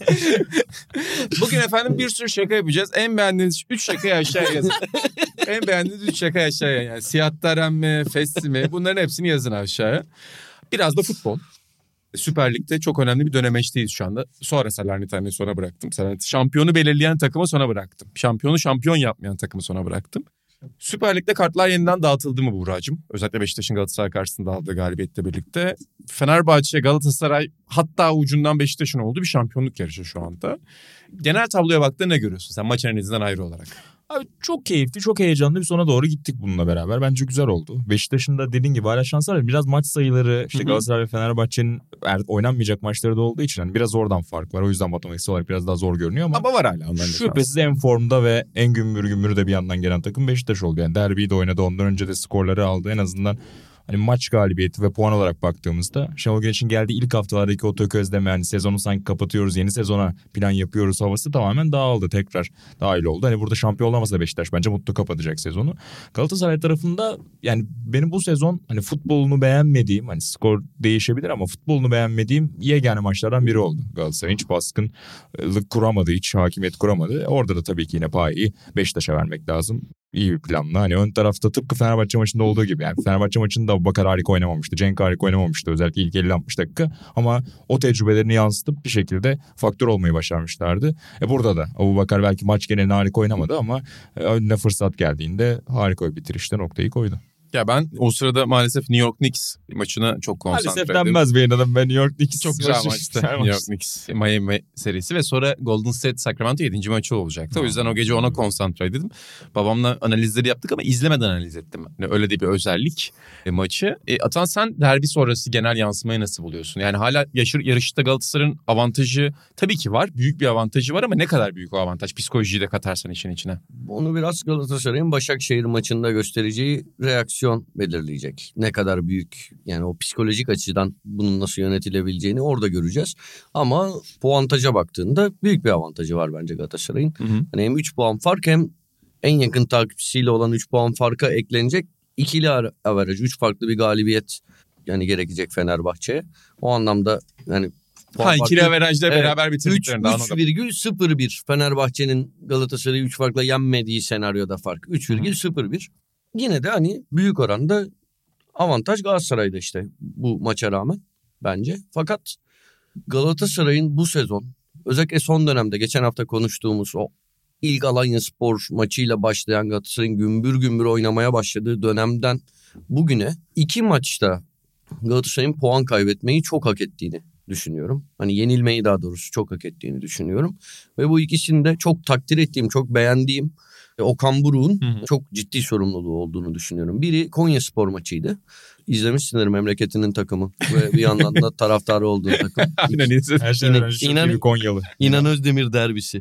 Bugün efendim bir sürü şaka yapacağız. En beğendiğiniz 3 şakayı aşağıya yazın. En beğendiğiniz 3 şakayı aşağıya. Yani Sihat Tarem mi, Fessi mi? Bunların hepsini yazın aşağıya. Biraz da futbol. Süper Lig'de çok önemli bir dönemeçteyiz şu anda. Sonra Salernitane'yi sona bıraktım. Şampiyonu belirleyen takımı sona bıraktım. Şampiyonu şampiyon yapmayan takımı sona bıraktım. Süper Lig'de kartlar yeniden dağıtıldı mı Buğra'cığım? Özellikle Beşiktaş'ın Galatasaray karşısında aldığı galibiyetle birlikte. Fenerbahçe, Galatasaray hatta ucundan Beşiktaş'ın olduğu bir şampiyonluk yarışı şu anda. Genel tabloya baktığında ne görüyorsun sen maç analizinden ayrı olarak? Abi çok keyifli, çok heyecanlı bir sona doğru gittik bununla beraber. Bence güzel oldu. Beşiktaş'ın da dediğin gibi hala şanslar var. Biraz maç sayıları, işte Galatasaray ve Fenerbahçe'nin oynanmayacak maçları da olduğu için hani biraz oradan fark var. O yüzden matematiksel olarak biraz daha zor görünüyor ama Var hala onların da şüphesiz en formda ve en gümbür de bir yandan gelen takım Beşiktaş oldu. Yani derbiyi de oynadı. Ondan önce de skorları aldı. En azından hani maç galibiyeti ve puan olarak baktığımızda Şenol Güneş'in geldiği ilk haftalardaki o tökezleme, yani sezonu sanki kapatıyoruz, yeni sezona plan yapıyoruz havası tamamen dağıldı, tekrar dahil oldu. Hani burada şampiyon olamasa da Beşiktaş bence mutlu kapatacak sezonu. Galatasaray tarafında yani benim bu sezon hani futbolunu beğenmediğim, hani skor değişebilir ama futbolunu beğenmediğim yegane maçlardan biri oldu. Galatasaray hiç baskınlık kuramadı, hiç hakimiyet kuramadı. Orada da tabii ki yine payı Beşiktaş'a vermek lazım. İyi bir planla. Hani ön tarafta tıpkı Fenerbahçe maçında olduğu gibi. Yani Fenerbahçe maçında Abubakar harika oynamamıştı. Cenk harika oynamamıştı. Özellikle ilk 50-60 dakika. Ama o tecrübelerini yansıtıp bir şekilde faktör olmayı başarmışlardı. Burada da Abubakar belki maç genelinde harika oynamadı ama önüne fırsat geldiğinde harika bir bitirişte noktayı koydu. Ya ben o sırada maalesef New York Knicks maçına çok konsantre Maalesef edildim. denmez be inanın, ben New York Knicks Çok güzel maçtı. New York Knicks Miami serisi ve sonra Golden State Sacramento 7. maçı olacaktı. O yüzden o gece ona konsantre edildim. Babamla analizleri yaptık ama izlemeden analiz ettim. Yani öyle de bir özellik maçı. Atan sen derbi sonrası genel yansımayı nasıl buluyorsun? Yani hala yarışta Galatasaray'ın avantajı tabii ki var. Büyük bir avantajı var ama ne kadar büyük o avantaj? Psikolojiyi de katarsan işin içine. Onu biraz Galatasaray'ın Başakşehir maçında göstereceği reaksiyon belirleyecek. Ne kadar büyük, yani o psikolojik açıdan bunun nasıl yönetilebileceğini orada göreceğiz. Ama puantaja baktığında büyük bir avantajı var bence Galatasaray'ın. Hani hem 3 puan fark hem en yakın takipçisiyle olan 3 puan farka eklenecek ikili averaj. 3 farklı bir galibiyet yani gerekecek Fenerbahçe'ye. O anlamda yani ikili averajla beraber bitirdiklerinde anladım. 3,01 Fenerbahçe'nin Galatasaray'ı 3 farkla yenmediği senaryoda fark 3,01. Yine de hani büyük oranda avantaj Galatasaray'da işte bu maça rağmen bence. Fakat Galatasaray'ın bu sezon özellikle son dönemde geçen hafta konuştuğumuz o ilk Alanyaspor maçıyla başlayan Galatasaray'ın gümbür gümbür oynamaya başladığı dönemden bugüne 2 maçta Galatasaray'ın puan kaybetmeyi çok hak ettiğini düşünüyorum. Hani yenilmeyi daha doğrusu çok hak ettiğini düşünüyorum. Ve bu ikisini de çok takdir ettiğim, çok beğendiğim Okan Buruk'un çok ciddi sorumluluğu olduğunu düşünüyorum. Biri Konyaspor maçıydı. İzlemişsindir, memleketinin takımı ve bir yandan da taraftarı olduğu takım. Aynen izledim. Her şeyden önce çok iyi bir Konyalı. İnan Özdemir derbisi.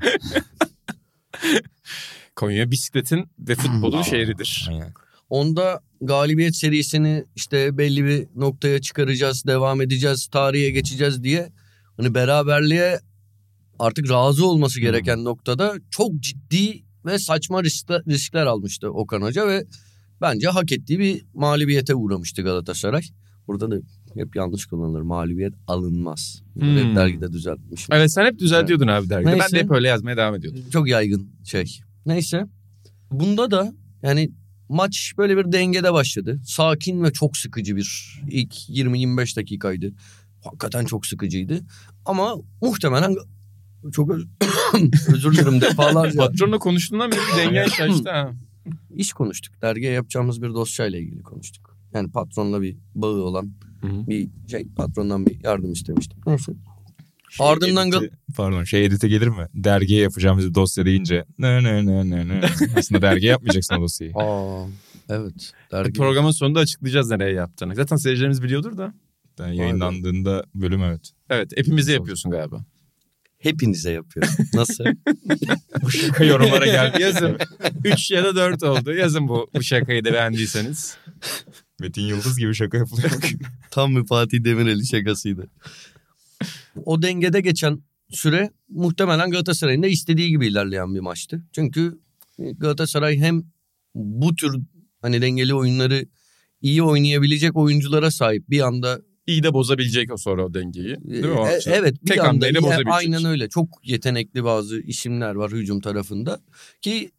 Konya bisikletin ve futbolun şehridir. Aynen. Onda galibiyet serisini işte belli bir noktaya çıkaracağız, devam edeceğiz, tarihe geçeceğiz diye hani beraberliğe artık razı olması gereken noktada çok ciddi ve saçma riskler almıştı Okan Hoca ve bence hak ettiği bir mağlubiyete uğramıştı Galatasaray. Burada da hep yanlış kullanılır. Mağlubiyet alınmaz. Hep dergide düzeltmişim. Evet, sen hep düzeltiyordun abi dergide. Neyse. Ben de hep öyle yazmaya devam ediyordum. Çok yaygın şey. Neyse. Bunda da yani maç böyle bir dengede başladı. Sakin ve çok sıkıcı bir ilk 20-25 dakikaydı. Hakikaten çok sıkıcıydı. Ama muhtemelen çok özür dilerim defalarca. Patronla konuştuğundan beri dengen şaştı ha. İş konuştuk. Dergiye yapacağımız bir dosyayla ilgili konuştuk. Yani patronla bir bağı olan bir şey, patrondan bir yardım istemiştik. Neyse. Ardından edite gelir mi? Dergiye yapacağımız bir dosya deyince ne. Aslında dergiye yapmayacaksın o dosyayı. Evet. Dergi. Programın sonunda açıklayacağız nereye yaptığını. Zaten seyircilerimiz biliyordur da. Yani yayınlandığında bölüm evet. Evet, hepimize yapıyorsun galiba. hepinize yapıyorum. Nasıl? Bu şaka yorumlara geldi. Yazın. 3 ya da 4 oldu. Yazın bu şakayı da beğendiyseniz. Metin Yıldız gibi şaka yapılıyor. Tam bir Fatih Demirel'i şakasıydı. O dengede geçen süre muhtemelen Galatasaray'ın da istediği gibi ilerleyen bir maçtı. Çünkü Galatasaray hem bu tür hani dengeli oyunları iyi oynayabilecek oyunculara sahip, bir anda İyi de bozabilecek o sonra o dengeyi. Değil mi? O evet, bir tek anda hamleyle bozabilecek. aynen öyle. Çok yetenekli bazı isimler var hücum tarafında ki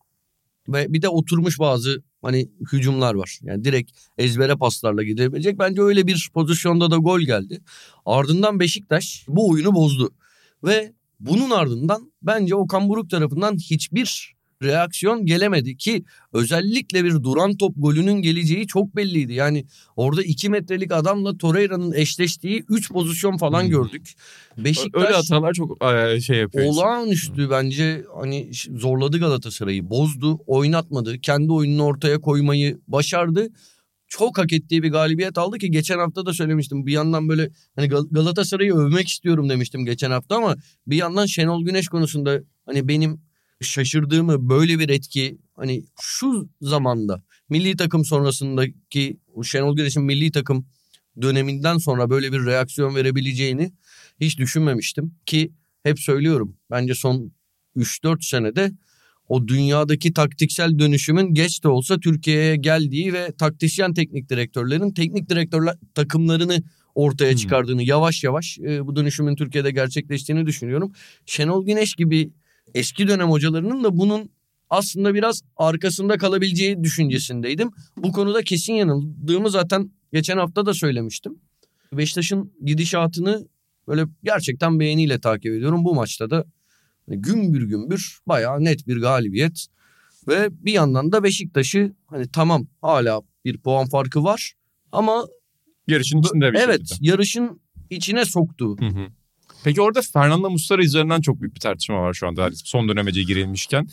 ve bir de oturmuş bazı hani hücumlar var. Yani direkt ezbere paslarla gidebilecek. Bence öyle bir pozisyonda da gol geldi. Ardından Beşiktaş bu oyunu bozdu. Ve bunun ardından bence Okan Buruk tarafından hiçbir reaksiyon gelemedi ki özellikle bir duran top golünün geleceği çok belliydi. Yani orada 2 metrelik adamla Torreira'nın eşleştiği 3 pozisyon falan gördük. Beşiktaş Öyle hatalar çok şey yapıyor. olağanüstü bence, hani zorladı Galatasaray'ı, bozdu, oynatmadı, kendi oyununu ortaya koymayı başardı. Çok hak ettiği bir galibiyet aldı ki geçen hafta da söylemiştim. Bir yandan böyle hani Galatasaray'ı övmek istiyorum demiştim geçen hafta ama bir yandan Şenol Güneş konusunda hani benim şaşırdığımı, böyle bir etki hani şu zamanda milli takım sonrasındaki Şenol Güneş'in milli takım döneminden sonra böyle bir reaksiyon verebileceğini hiç düşünmemiştim ki hep söylüyorum. Bence son 3-4 senede o dünyadaki taktiksel dönüşümün geç de olsa Türkiye'ye geldiği ve taktisyen teknik direktörlerin teknik direktörler takımlarını ortaya çıkardığını, yavaş yavaş bu dönüşümün Türkiye'de gerçekleştiğini düşünüyorum. Şenol Güneş gibi eski dönem hocalarının da bunun aslında biraz arkasında kalabileceği düşüncesindeydim. Bu konuda kesin yanıldığımı zaten geçen hafta da söylemiştim. Beşiktaş'ın gidişatını böyle gerçekten beğeniyle takip ediyorum. Bu maçta da gümbür gümbür bayağı net bir galibiyet. Ve bir yandan da Beşiktaş'ı hani tamam hala bir puan farkı var ama Yarışın içinde bir evet, şekilde. yarışın içine soktu. Peki orada Fernando Muslera üzerinden çok büyük bir tartışma var şu anda. Son dönemece girilmişken.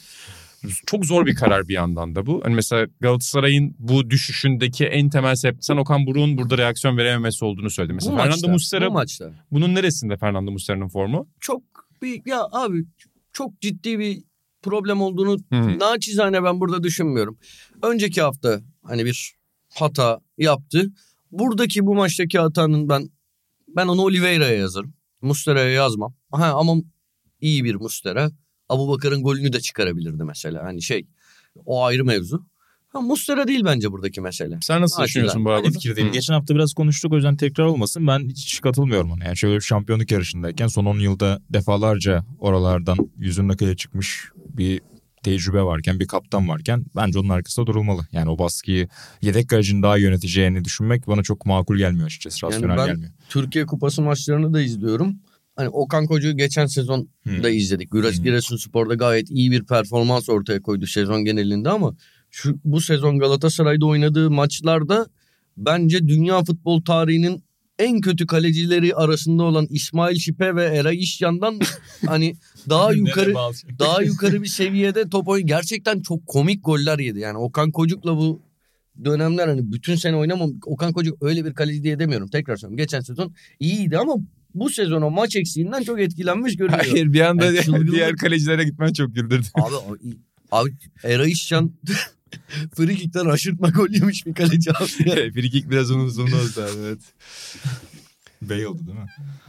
Çok zor bir karar bir yandan da bu. Hani mesela Galatasaray'ın bu düşüşündeki en temel sebep, sen Okan Buruk'un burada reaksiyon verememesi olduğunu söyledin. Mesela Fernando Muslera, bu maçta. Bunun neresinde Fernando Muslera'nın formu? Çok büyük ya abi, çok ciddi bir problem olduğunu naçizane ben burada düşünmüyorum. Önceki hafta hani bir hata yaptı. Buradaki bu maçtaki hatanın ben onu Oliveira'ya yazarım. Muslera'ya yazmam. Ama iyi bir Muslera. Abubakar'ın golünü de çıkarabilirdi mesela. Hani o ayrı mevzu. Muslera değil bence buradaki mesele. Sen nasıl düşünüyorsun bu arada? Aynı fikirdeyim. Geçen hafta biraz konuştuk, o yüzden tekrar olmasın. Ben hiç katılmıyorum ona. Yani şöyle bir şampiyonluk yarışındayken son 10 yılda defalarca oralardan yüzün akıya çıkmış bir tecrübe varken, bir kaptan varken bence onun arkasında durulmalı. Yani o baskıyı yedek kalecinin daha yöneteceğini düşünmek bana çok makul gelmiyor açıkçası. Rasyonel gelmiyor. Türkiye Kupası maçlarını da izliyorum. Hani Okan Koç'u geçen sezon da izledik. Giresunspor'da gayet iyi bir performans ortaya koydu sezon genelinde ama bu sezon Galatasaray'da oynadığı maçlarda bence dünya futbol tarihinin en kötü kalecileri arasında olan İsmail Şipe ve Eray İşcan'dan hani daha yukarı bir seviyede top oynuyor. Gerçekten çok komik goller yedi. Yani Okan Koçuk'la bu dönemler hani bütün sene oynamam. Okan Koçuk öyle bir kaleci diye demiyorum. Tekrar söylüyorum. Geçen sezon iyiydi ama bu sezon o maç eksiğinden çok etkilenmiş görünüyor. Hayır, bir anda Yani diğer kalecilere gitmen çok güldürdü. Abi Eray İşcan frikikten aşırtma gol yemiş bir kaleci abi. Frikik biraz uzun oldu abi, evet. Bey oldu değil mi?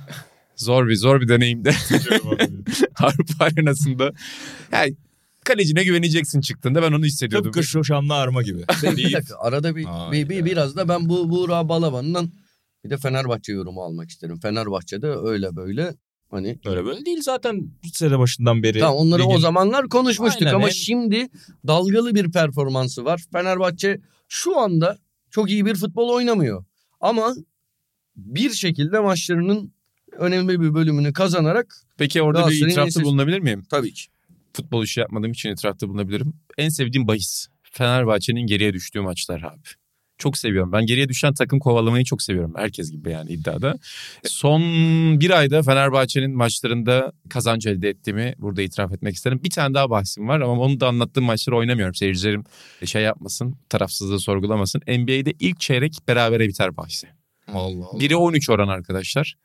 Zor bir deneyimde. Avrupa arenasında. Yani kalecine güveneceksin çıktığında, ben onu hissediyordum. Tıpkı şu Şamlı Arma gibi. Bir dakika, arada biraz da ben bu Buğra Balaban'dan bir de Fenerbahçe yorumu almak isterim. Fenerbahçe'de öyle böyle hani. Öyle böyle değil zaten sene başından beri. Tamam, onları o zamanlar konuşmuştuk. Aynen, ama şimdi dalgalı bir performansı var. Fenerbahçe şu anda çok iyi bir futbol oynamıyor. Ama bir şekilde maçlarının önemli bir bölümünü kazanarak. Peki orada bir itirafta bulunabilir miyim? Tabii ki. Futbol işi yapmadığım için itirafta bulunabilirim. En sevdiğim bahis Fenerbahçe'nin geriye düştüğü maçlar abi. Çok seviyorum. Ben geriye düşen takım kovalamayı çok seviyorum. Herkes gibi yani iddiada. Son bir ayda Fenerbahçe'nin maçlarında kazanç elde ettiğimi burada itiraf etmek isterim. Bir tane daha bahsim var ama onu da anlattığım maçları oynamıyorum. Seyircilerim yapmasın, tarafsızlığı sorgulamasın. NBA'de ilk çeyrek berabere biter bahsi. Allah Allah. 1'e 13 oran arkadaşlar.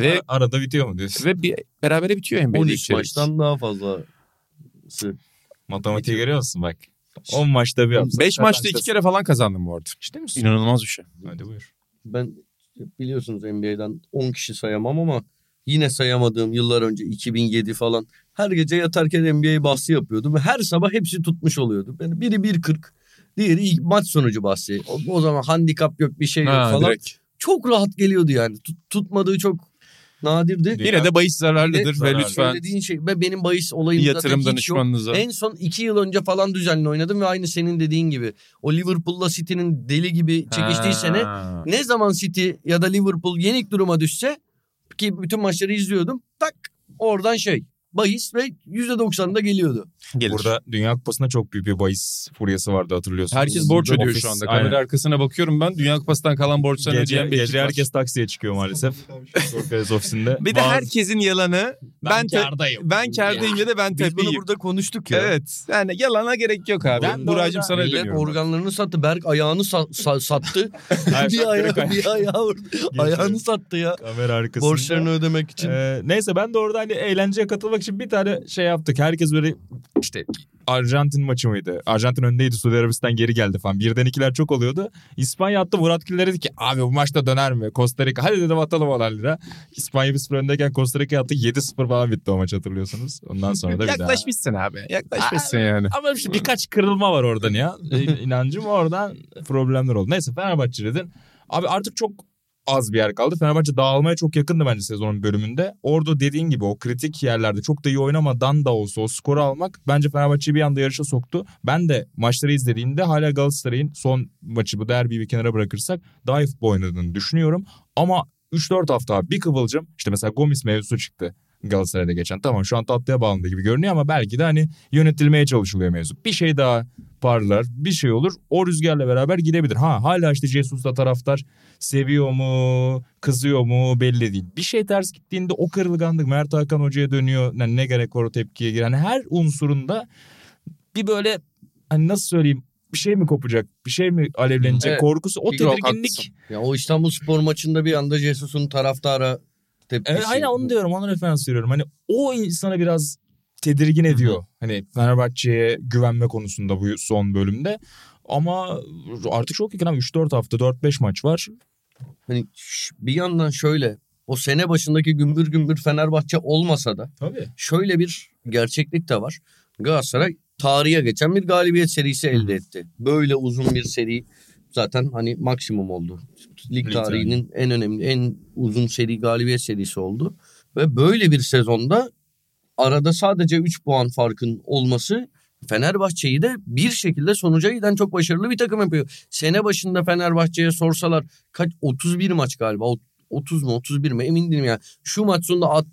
Ve arada bitiyor mu diyorsun? ve bir berabere bitiyor NBA'de 13 ilk çeyrek. maçtan daha fazlası. Matematiği görüyor musun bak. 10 maçta bir yapsın. 5 maçta 2 kere falan kazandım bu arada. İşte misin? İnanılmaz bir şey. Hadi buyur. Ben biliyorsunuz NBA'den 10 kişi sayamam ama yine sayamadığım yıllar önce 2007 falan her gece yatarken NBA bahsi yapıyordum ve her sabah hepsi tutmuş oluyordu. Yani biri 1.40, diğeri maç sonucu bahsi. O zaman handikap yok, bir şey yok falan. Direkt. Çok rahat geliyordu yani. Tutmadığı çok nadirdi. Yine de bahis zararlıdır ve zararlı. lütfen Söylediğin şey ve benim bahis olayım bir zaten yatırım hiç yok. danışmanınıza. En son 2 yıl önce falan düzenli oynadım ve aynı senin dediğin gibi o Liverpool'la City'nin deli gibi çekiştiği sene ne zaman City ya da Liverpool yenik duruma düşse ki bütün maçları izliyordum, tak oradan bahis ve %90'da geliyordu. Gelir. Burada Dünya Kupası'nda çok büyük bir bahis furyası vardı, hatırlıyorsunuz. Herkes borç ödüyor Ofis, şu anda. aynen. Kamera arkasına bakıyorum ben. Dünya Kupası'ndan kalan borçlarını ödeyen bir ekip Gece var. herkes taksiye çıkıyor maalesef. Sokrates ofisinde. Bir de herkesin yalanı ben kârdayım. ben kârdayım ya da ben Biz bunu tepeyim. burada konuştuk ya. Evet. Yani yalana gerek yok abi. Ben de Buracığım orada sana Millet dönüyorum. organlarını sattı. Berk ayağını sattı. bir ayağı vurdu. Ayağını sattı ya. Kamera arkasında. Borçlarını ödemek için. Neyse ben de orada hani eğlenceye katılmak için bir tane şey yaptık. Herkes böyle işte Arjantin maçı mıydı? Arjantin öndeydi, Suudi Arabistan geri geldi falan. Birden ikiler çok oluyordu. İspanya attı, Murat Güller dedi ki abi bu maçta döner mi? Costa Rica. Hadi dedim atalım 10 lira. İspanya 1-0 öndeyken Costa Rica attı. 7-0 falan bitti o maç, hatırlıyorsunuz. Ondan sonra da bir daha. Yaklaşmışsın abi. Yaklaşmışsın yani. Ama işte birkaç kırılma var oradan ya. İnancım oradan problemler oldu. Neyse Fenerbahçe dedin. Abi artık çok az bir yer kaldı. Fenerbahçe dağılmaya çok yakındı bence sezonun bölümünde. Orada dediğin gibi o kritik yerlerde çok da iyi oynamadan da olsa o skoru almak bence Fenerbahçe'yi bir anda yarışa soktu. Ben de maçları izlediğimde hala Galatasaray'ın son maçı, bu derbiyi bir kenara bırakırsak daha iyi futbol oynadığını düşünüyorum. Ama 3-4 hafta bir kıvılcım, işte mesela Gomis mevzusu çıktı Galatasaray'da geçen. Tamam şu an tatlıya bağlandı gibi görünüyor ama belki de hani yönetilmeye çalışılıyor mevzu. Bir şey daha parlar, bir şey olur, o rüzgarla beraber gidebilir. Hala işte Jesus'la taraftar seviyor mu, kızıyor mu belli değil. Bir şey ters gittiğinde o kırılganlık Mert Hakan Hoca'ya dönüyor. Yani ne gerek var o tepkiye giren. Yani her unsurunda bir böyle hani nasıl söyleyeyim, bir şey mi kopacak, bir şey mi alevlenecek Evet. korkusu, o Yok, tedirginlik. Ya o İstanbulspor maçında bir anda Jesus'un taraftara tepkisi. Evet, aynen onu diyorum, ona referans veriyorum. Hani o insana biraz tedirgin ediyor. Hani Fenerbahçe'ye güvenme konusunda bu son bölümde. Ama artık çok yakın, 3-4 hafta 4-5 maç var. Hani bir yandan şöyle, o sene başındaki gümbür gümbür Fenerbahçe olmasa da Tabii. şöyle bir gerçeklik de var. Galatasaray tarihe geçen bir galibiyet serisi elde etti. Böyle uzun bir seri zaten hani maksimum oldu. Lig tarihinin en önemli, en uzun seri galibiyet serisi oldu. Ve böyle bir sezonda arada sadece 3 puan farkın olması Fenerbahçe'yi de bir şekilde sonuca giden çok başarılı bir takım yapıyor. Sene başında Fenerbahçe'ye sorsalar 31 maç galiba, 30 mu 31 mi emin değilim ya. Şu maç sonunda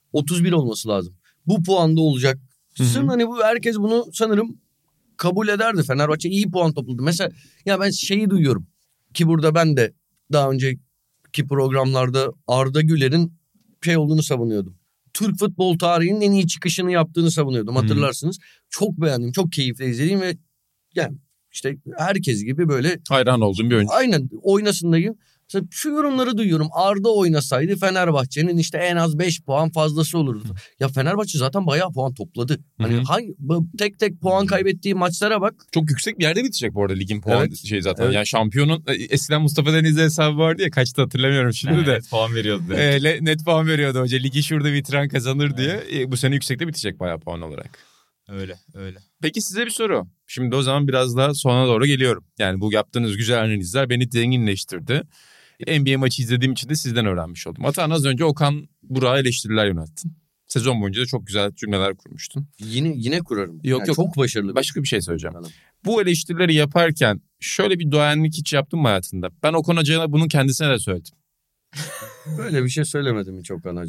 31 olması lazım. Bu puanda olacaksın. Hani bu herkes bunu sanırım kabul ederdi. Fenerbahçe iyi puan topladı. Mesela ya ben şeyi duyuyorum ki burada ben de daha önceki programlarda Arda Güler'in olduğunu savunuyordum. Türk futbol tarihinin en iyi çıkışını yaptığını savunuyordum, hatırlarsınız. Çok beğendim, çok keyifle izlediğim ve yani işte herkes gibi böyle Hayran olduğum bir oyuncu. aynen oynasındayım. Mesela şu yorumları duyuyorum. Arda oynasaydı Fenerbahçe'nin işte en az 5 puan fazlası olurdu. Ya Fenerbahçe zaten bayağı puan topladı. Hani tek tek puan kaybettiği maçlara bak. Çok yüksek bir yerde bitecek bu arada ligin puan Evet. zaten. Evet. Yani şampiyonun eskiden Mustafa Denizli hesabı vardı ya, kaçtı hatırlamıyorum şimdi de. Evet, puan veriyordu. Net puan veriyordu hoca. Ligi şurada bitiren kazanır diye. Bu sene yüksekte bitecek bayağı puan olarak. Öyle. Peki size bir soru. Şimdi o zaman biraz daha sona doğru geliyorum. Yani bu yaptığınız güzel analizler beni zenginleştirdi. NBA maçı izlediğim için de sizden öğrenmiş oldum. Atahan, az önce Okan Burak'a eleştiriler yönelttin. Sezon boyunca da çok güzel cümleler kurmuştun. Yine kurarım. Yok. Çok başarılı. Başka bir şey söyleyeceğim. Anladım. Bu eleştirileri yaparken şöyle bir duayenlik hiç yaptın mı hayatında? Ben Okan Hoca'ya bunu kendisine de söyledim. Böyle bir şey söylemedim hiç Okan Hoca'ya.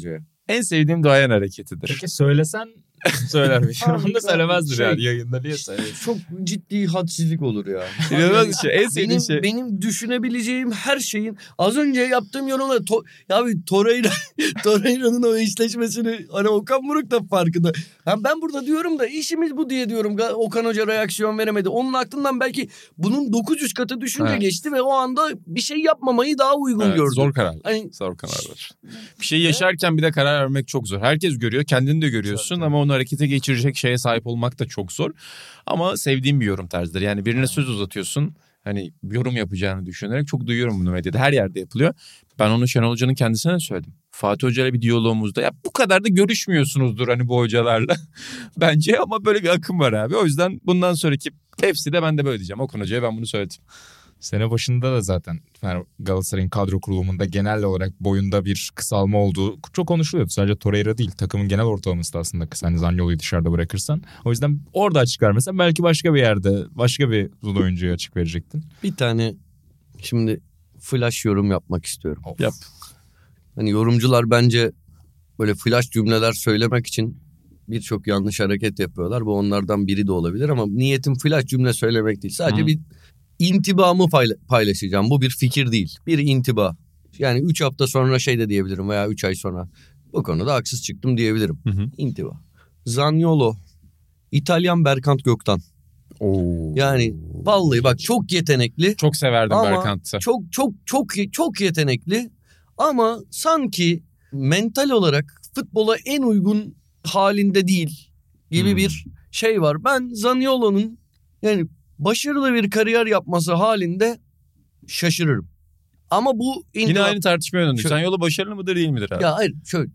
En sevdiğim duayen hareketidir. Peki söylesen söyler mi? Abi, Onu da söylemezdir şey- yani yayında niye söyler? Çok ciddi hadsizlik olur ya. İnanılmaz bir şey. En sevdiğim şey. Benim düşünebileceğim her şeyin az önce yaptığım yorumla ya bir Torreira'nın o eşleşmesini hani Okan Buruk da farkında. Yani ben burada diyorum da işimiz bu diye diyorum. Okan Hoca reaksiyon veremedi. Onun aklından belki bunun 900 katı düşünce Evet. geçti ve o anda bir şey yapmamayı daha uygun Evet, gördü. zor karar. Hani- Zor kararlar. Bir şey yaşarken bir de karar vermek çok zor. Herkes görüyor, kendini de görüyorsun ama onu harekete geçirecek şeye sahip olmak da çok zor. Ama sevdiğim bir yorum tarzıdır. Yani birine söz uzatıyorsun. Hani yorum yapacağını düşünerek çok duyuyorum bunu medyada. Her yerde yapılıyor. Ben onu Şenol Hoca'nın kendisine de söyledim. Fatih Hoca'yla bir diyalogumuzda ya bu kadar da görüşmüyorsunuzdur hani bu hocalarla. Bence ama böyle bir akım var abi. O yüzden bundan sonraki hepsi de ben de böyle diyeceğim. Okan Hoca'ya ben bunu söyledim. Sene başında da zaten Galatasaray'ın kadro kurulumunda genel olarak boyunda bir kısalma olduğu çok konuşuluyordu. Sadece Torreira değil, takımın genel ortalaması da aslında kısa. Hani Zaniolo'yu dışarıda bırakırsan. O yüzden orada açık vermesen belki başka bir yerde başka bir Zulu oyuncuya açık verecektin. Bir tane şimdi flash yorum yapmak istiyorum. Of. Yap. Hani yorumcular bence böyle flash cümleler söylemek için birçok yanlış hareket yapıyorlar. Bu onlardan biri de olabilir ama niyetim flash cümle söylemek değil. Sadece bir intibamı paylaşacağım. Bu bir fikir değil. Bir intiba. Yani 3 hafta sonra şey de diyebilirim veya 3 ay sonra bu konuda haksız çıktım diyebilirim. İntiba. Zaniolo, İtalyan Berkant Göktan. Oo. Yani vallahi bak çok yetenekli. Çok severdim Ama Berkant'ı. çok yetenekli ama sanki mental olarak futbola en uygun halinde değil gibi bir şey var. Ben Zaniolo'nun yani başarılı bir kariyer yapması halinde şaşırırım. Ama bu Yine aynı tartışmaya döndük. Şöyle- Sen yolu başarılı mıdır değil midir abi? ya hayır şöyle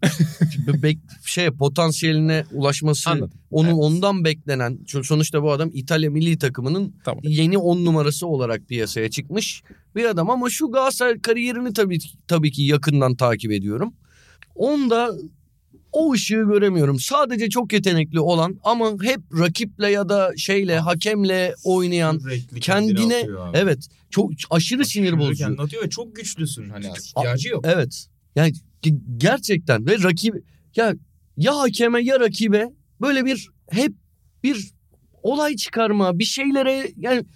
potansiyeline ulaşması Anladım. ondan beklenen sonuçta bu adam İtalya milli takımının Tamam. yeni 10 numarası olarak piyasaya çıkmış bir adam ama şu Galatasaray kariyerini tabii ki yakından takip ediyorum. Onda o ışığı göremiyorum. Sadece çok yetenekli olan ama hep rakiple ya da hakemle oynayan kendine evet çok aşırı sinir bozucu. Kendini atıyor ve çok güçlüsün. Hani ihtiyacı yok. Evet. Yani gerçekten ve rakip ya hakeme ya rakibe böyle hep bir olay çıkarma, bir şeylere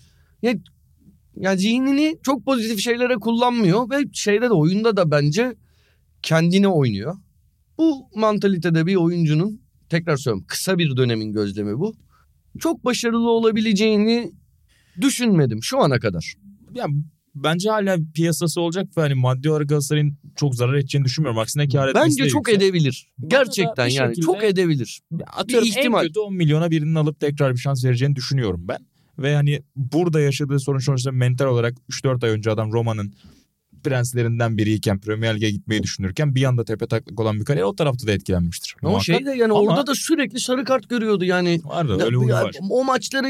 yani zihnini çok pozitif şeylere kullanmıyor ve şeyde de oyunda da bence kendine oynuyor. Bu mantalitede bir oyuncunun tekrar söylüyorum kısa bir dönemin gözlemi bu. Çok başarılı olabileceğini düşünmedim şu ana kadar. Yani bence hala piyasası olacak ve hani maddi olarak Galatasaray'ın çok zarar edeceğini düşünmüyorum. Aksine kâr etmesi Bence de çok yüksek. edebilir. Gerçekten bir yani şekilde- çok edebilir. Atıyorum Bir ihtimal. en kötü 10 milyona birinin alıp tekrar bir şans vereceğini düşünüyorum ben. Ve hani burada yaşadığı sorun sonuçta mental olarak 3-4 ay önce adam Roma'nın prenslerinden biriyken Premier Lig'e gitmeyi düşünürken bir anda tepe taklak olan bir kariyer o tarafta da etkilenmiştir. Ama Muhakkak. şeyde yani Ama- orada da sürekli sarı kart görüyordu yani. Vardı öyle huyu var. O maçları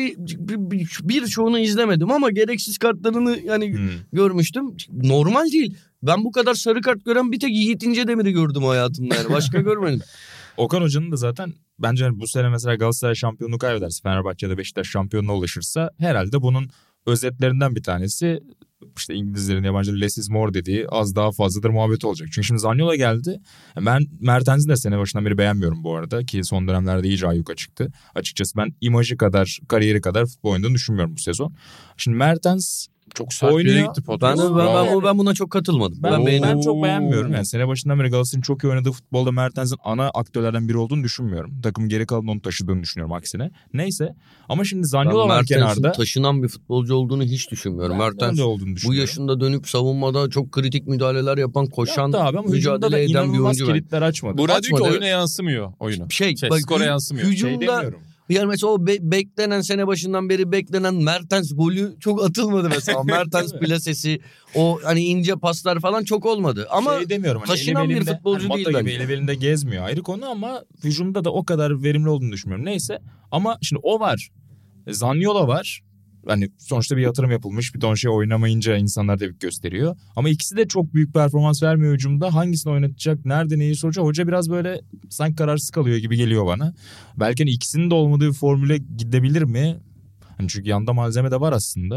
birçoğunu izlemedim ama gereksiz kartlarını yani görmüştüm. Normal değil. Ben bu kadar sarı kart gören bir tek Yiğit İncedemir'i gördüm hayatımda yani. Başka görmedim. Okan Hoca'nın da zaten bence hani bu sene mesela Galatasaray şampiyonluğu kaybederse Fenerbahçe ya da Beşiktaş şampiyonluğuna ulaşırsa herhalde bunun özetlerinden bir tanesi işte İngilizlerin yabancıların less is more dediği az daha fazladır muhabbeti olacak. Çünkü şimdi Zaniolo geldi. Ben Mertens'i de sene başından beri beğenmiyorum bu arada ki son dönemlerde iyice ayyuka çıktı. Açıkçası ben imajı kadar kariyeri kadar futbol oynadığını düşünmüyorum bu sezon. Şimdi Mertens Çok sert bir yere oynuyor. gitti Ben, Potter. ben buna çok katılmadım. Ben beğeniyorum. çok beğenmiyorum. Yani sene başından beri Galatasaray'ın çok iyi oynadığı futbolda Mertens'in ana aktörlerden biri olduğunu düşünmüyorum. Takımın geri kalanını onu taşıdığını düşünüyorum aksine. Neyse ama şimdi Zaniolo Ben var Mertens'in kenarda. taşınan bir futbolcu olduğunu hiç düşünmüyorum. Ben Mertens de olduğunu bu düşünüyorum. yaşında dönüp savunmada çok kritik müdahaleler yapan, koşan, Yaptı abi ama hücumda da mücadele eden bir inanılmaz oyuncu. kilitler açmadı. Burak diyor ki Açmadı. oyuna yansımıyor oyunu. Bak, Skora yansımıyor. hücumda demiyorum. yani mesela o beklenen sene başından beri beklenen Mertens golü çok atılmadı mesela. Mertens plasesi o hani ince paslar falan çok olmadı. Ama demiyorum. Hani taşınan eli bir belinde, futbolcu hani değil Mata gibi bence. eli belinde gezmiyor ayrı konu ama hücumda da o kadar verimli olduğunu düşünmüyorum. Neyse ama şimdi o var. Zaniolo var. Hani sonuçta bir yatırım yapılmış bir ton şey oynamayınca insanlar tepki gösteriyor. Ama ikisi de çok büyük performans vermiyor hücumda. Hangisini oynatacak, nerede neyi soracak? Hoca biraz böyle sanki kararsız kalıyor gibi geliyor bana. Belki hani ikisinin de olmadığı bir formüle gidebilir mi? Hani çünkü yanda malzeme de var aslında.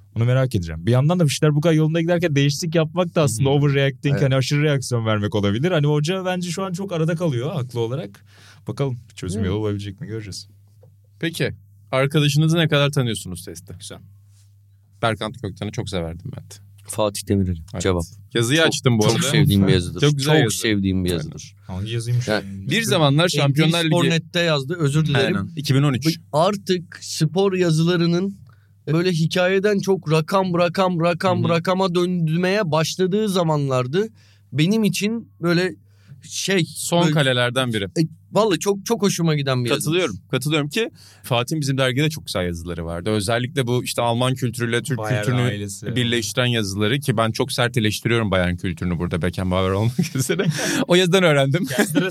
Onu merak edeceğim. Bir yandan da işler bu kadar yolunda giderken değişiklik yapmak da aslında overreacting, Evet. hani aşırı reaksiyon vermek olabilir. Hani hoca bence şu an çok arada kalıyor haklı olarak. Bakalım çözüm yolu olabilecek mi, göreceğiz. Peki arkadaşınızı ne kadar tanıyorsunuz testte? Güzel. Berkant Gökten'i çok severdim ben de. Fatih Demirel. Evet. Cevap. Yazıyı açtım bu arada. Çok sevdiğim bir yazıdır. Çok güzel yazı. sevdiğim bir yazıdır. Hangi yazıymış? Yani Bir zamanlar Şampiyonlar Spor Ligi... Net'te yazdı. Özür dilerim. Aynen. 2013. Artık spor yazılarının böyle hikayeden çok rakama dönmeye başladığı zamanlardı. Benim için böyle Son böyle, kalelerden biri. vallahi çok çok hoşuma giden bir yazıdır. Katılıyorum ki Fatih'in bizim dergide çok güzel yazıları vardı. Özellikle bu işte Alman kültürüyle Türk Bayern kültürünü ailesi. birleştiren yazıları ki ben çok sert eleştiriyorum Bayern kültürünü burada Beckenbauer olmak üzere. O yazıdan öğrendim.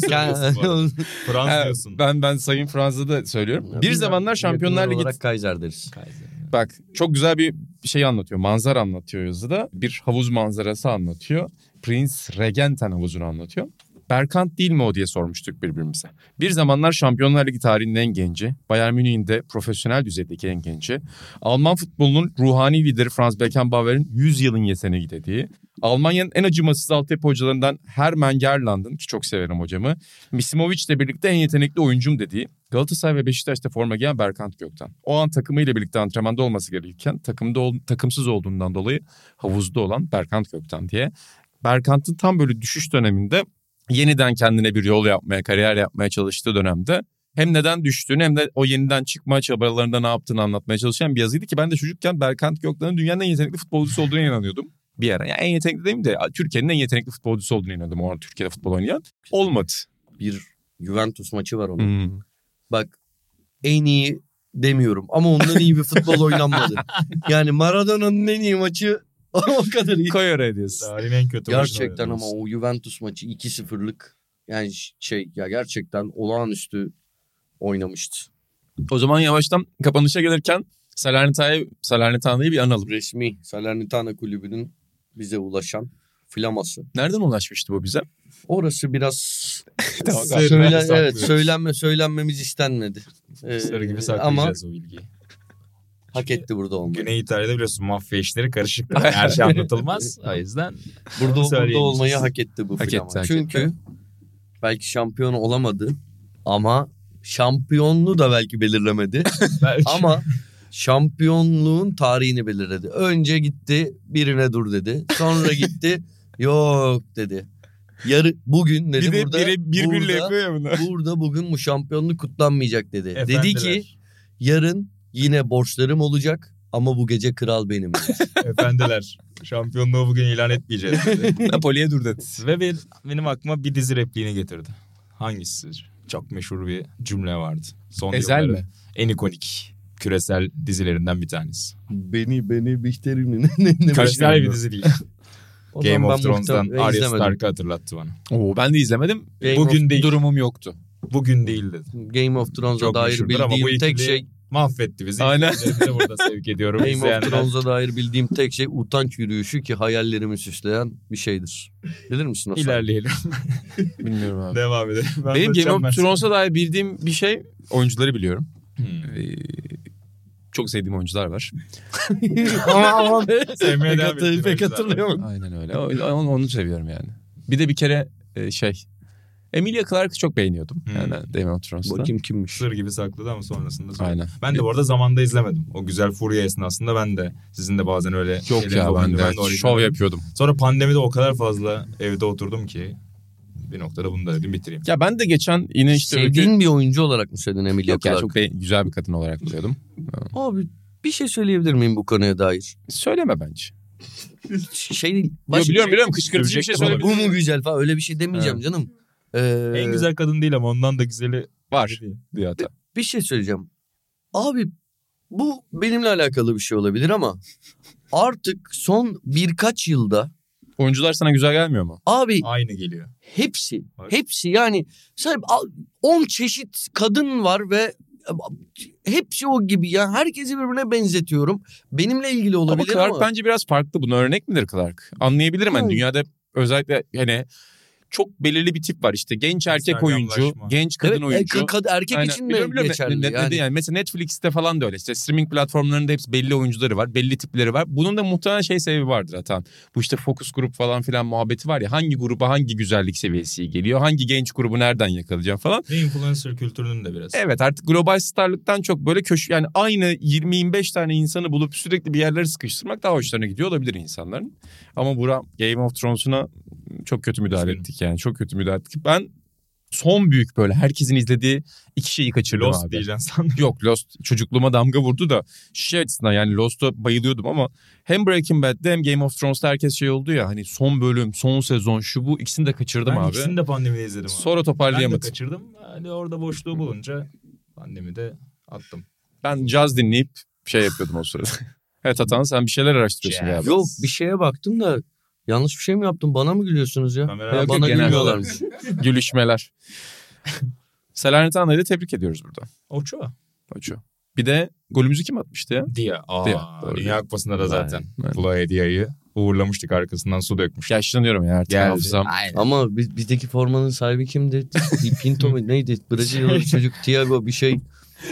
Frans diyorsun. Ben Sayın Fransa'da da söylüyorum. Bir zamanlar Şampiyonlar Ligi... olarak Kaiser deriz. Bak çok güzel bir şey anlatıyor. Manzara anlatıyor yazıda. Bir havuz manzarası anlatıyor. Prince Regenten havuzunu anlatıyor. Berkant değil mi o diye sormuştuk birbirimize. Bir zamanlar Şampiyonlar Ligi tarihinin en genci, Bayern Münih'in de profesyonel düzeydeki en genci, Alman futbolunun ruhani lideri Franz Beckenbauer'in 100 yılın yeteneği dediği, Almanya'nın en acımasız altyapı hocalarından Hermann Gerland'ın, ki çok severim hocamı, Misimovic'le birlikte en yetenekli oyuncum dediği, Galatasaray ve Beşiktaş'ta forma giyen Berkant Gökten. O an takımıyla birlikte antrenmanda olması gerekirken takımsız olduğundan dolayı havuzda olan Berkant Gökten diye. Berkant'ın tam böyle düşüş döneminde yeniden kendine bir yol yapmaya, kariyer yapmaya çalıştığı dönemde hem neden düştüğünü hem de o yeniden çıkma çabalarında ne yaptığını anlatmaya çalışan bir yazıydı ki ben de çocukken Berkant Gökten'in dünyanın en yetenekli futbolcusu olduğuna inanıyordum. Bir ara yani en yetenekli değil mi de Türkiye'nin en yetenekli futbolcusu olduğuna inanıyordum o an Türkiye'de futbol oynayan. Olmadı. Bir Juventus maçı var onun. Bak en iyi demiyorum ama ondan iyi bir futbol oynanmadı. Yani Maradona'nın en iyi maçı o kadar iyi. Koy oraya diyorsun. Tarihin en kötü Gerçekten ama o Juventus maçı 2-0'lık yani ya gerçekten olağanüstü oynamıştı. O zaman yavaştan kapanışa gelirken Salernitano'yu bir analım. Resmi Salernitana kulübünün bize ulaşan flaması. Nereden ulaşmıştı bu bize? Orası biraz Tamam, söylenmemiz istenmedi. Sarı gibi Ama saklayacağız o bilgiyi. hak etti burada olmayı. Güney İtalya'da biliyorsun mafya işleri karışık. Her şey anlatılmaz. O yüzden Burada söyleyeyim. olmayı hak etti bu Hak flama. etti, hak Çünkü etti. belki şampiyon olamadı ama şampiyonluğu da belki belirlemedi. Ama şampiyonluğun tarihini belirledi. Önce gitti birine dur dedi. Sonra gitti yok dedi. Bugün dedi birbiriyle yapıyor ya bunu. burada bugün bu şampiyonluk kutlanmayacak dedi. Efendiler. Dedi ki yarın yine borçlarım olacak ama bu gece kral benim. Efendiler, şampiyonluğu bugün ilan etmeyeceğiz dedi. Napoli'ye dur dedi. Ve benim aklıma bir dizi repliğini getirdi. Hangisi sizce? Çok meşhur bir cümle vardı. Son Ezel yılların mi? en ikonik küresel dizilerinden bir tanesi. Beni Bihter'in Küresel bir dizi değil. Game of Thrones'dan Arya izlemedim. Stark'ı hatırlattı bana. Oo, ben de izlemedim. Bugün değil. Durumum yoktu. Bugün değil dedi. Game of Thrones'a Çok dair meşhurdur ama bu bildiğim tek ikili şey mahvetti bizi. Aynen. İzleyicilerimize burada sevk ediyorum. Game of İzleyenler. Thrones'a dair bildiğim tek şey utanç yürüyüşü ki hayallerimi süsleyen bir şeydir. Bilir misin o sahneyi? İlerleyelim. Bilmiyorum abi. Devam edelim. Ben Benim Game anlatacağım of Thrones'a dair bildiğim bir şey oyuncuları biliyorum. Hmm. Çok sevdiğim oyuncular var. ama Sevmeye devam ettiğim pek oyuncular. hatırlayamadım. Aynen öyle. Onu seviyorum yani. Bir de bir kere Emilia Clarke'ı çok beğeniyordum. Yani Game of Thrones'ta. Bakayım kimmiş. Sır gibi sakladı ama sonrasında söyledi. Aynen. Ben de bu arada zamanda izlemedim. O güzel furya esnasında ben de sizin de bazen öyle Yok şeyleriniz ya ben olunca de orayı şov izlemedim. yapıyordum. Sonra pandemide o kadar fazla evde oturdum ki bir noktada bunu da dedim bitireyim. Ya ben de geçen yine işte Sevdiğin bir oyuncu olarak mı söyledin Emilia Yok ya Clarke? çok güzel bir kadın olarak biliyordum. Abi bir şey söyleyebilir miyim bu konuya dair? Söyleme bence. Şey değil. Yo, biliyorum kışkırtıcı bir şey Ama söyle. bu mu güzel falan öyle bir şey demeyeceğim canım. En güzel kadın değil ama ondan da güzeli Var diyor hatta. Bir şey söyleyeceğim. Abi bu benimle alakalı bir şey olabilir ama artık son birkaç yılda Oyuncular sana güzel gelmiyor mu? abi aynı geliyor. hepsi yani 10 çeşit kadın var ve hepsi o gibi ya. Herkesi birbirine benzetiyorum. Benimle ilgili Ama olabilir Clark ama. bence biraz farklı. Buna örnek midir Clark? Anlayabilirim. Hani Hmm. dünyada özellikle hani çok belirli bir tip var. İşte genç erkek oyuncu, Instagramlaşma. genç kadın oyuncu. Erkek Aynen. için de Biliyorum, geçerli. yani mesela Netflix'te falan da öyle. İşte streaming platformlarında hepsi belli oyuncuları var. Belli tipleri var. Bunun da muhtemelen sebebi vardır Atan. Bu işte focus grup falan filan muhabbeti var ya. Hangi gruba hangi güzellik seviyesi geliyor? Hangi genç grubu nereden yakalayacağım falan. Ve influencer kültürünün de biraz. Evet, artık global starlıktan çok böyle yani aynı 20-25 tane insanı bulup sürekli bir yerlere sıkıştırmak daha hoşlarına gidiyor olabilir insanların. Ama Burak, Game of Thrones'una çok kötü müdahale ettik yani. Çok kötü müdahale ettik. Ben son büyük böyle herkesin izlediği 2 şeyi kaçırdım Lost abi. diyeceksin sandım. Yok, Lost çocukluğuma damga vurdu da şey açısından, yani Lost'a bayılıyordum ama hem Breaking Bad'de hem Game of Thrones'ta herkes şey oldu ya, hani son bölüm, son sezon, şu bu, ikisini de kaçırdım Ben abi. ikisini de pandemide izledim abi. Sonra Ben de toparlayamadım. kaçırdım. Hani orada boşluğu bulunca pandemide attım. Ben caz dinleyip şey yapıyordum o sırada. Evet Atan, sen bir şeyler araştırıyorsun Jazz. galiba. Yok, bir şeye baktım da yanlış bir şey mi yaptım? Bana mı gülüyorsunuz ya? Kamera- Yok, Bana genel gülmüyorlarmış. Gülüşmeler. Salernitaná'yı da tebrik ediyoruz burada. Ochoa. Hoca. Bir de golümüzü kim atmıştı ya? Dia. Dia, doğru. Dünya Kupası'nda da zaten. Aynen. Chloe Dia'yı uğurlamıştık, arkasından su dökmüş. Yaşlanıyorum ya artık. Geldi. Hafızam. Ama bizdeki formanın sahibi kimdi? Pinto mu neydi? Brezilyalı çocuk Thiago bir şey.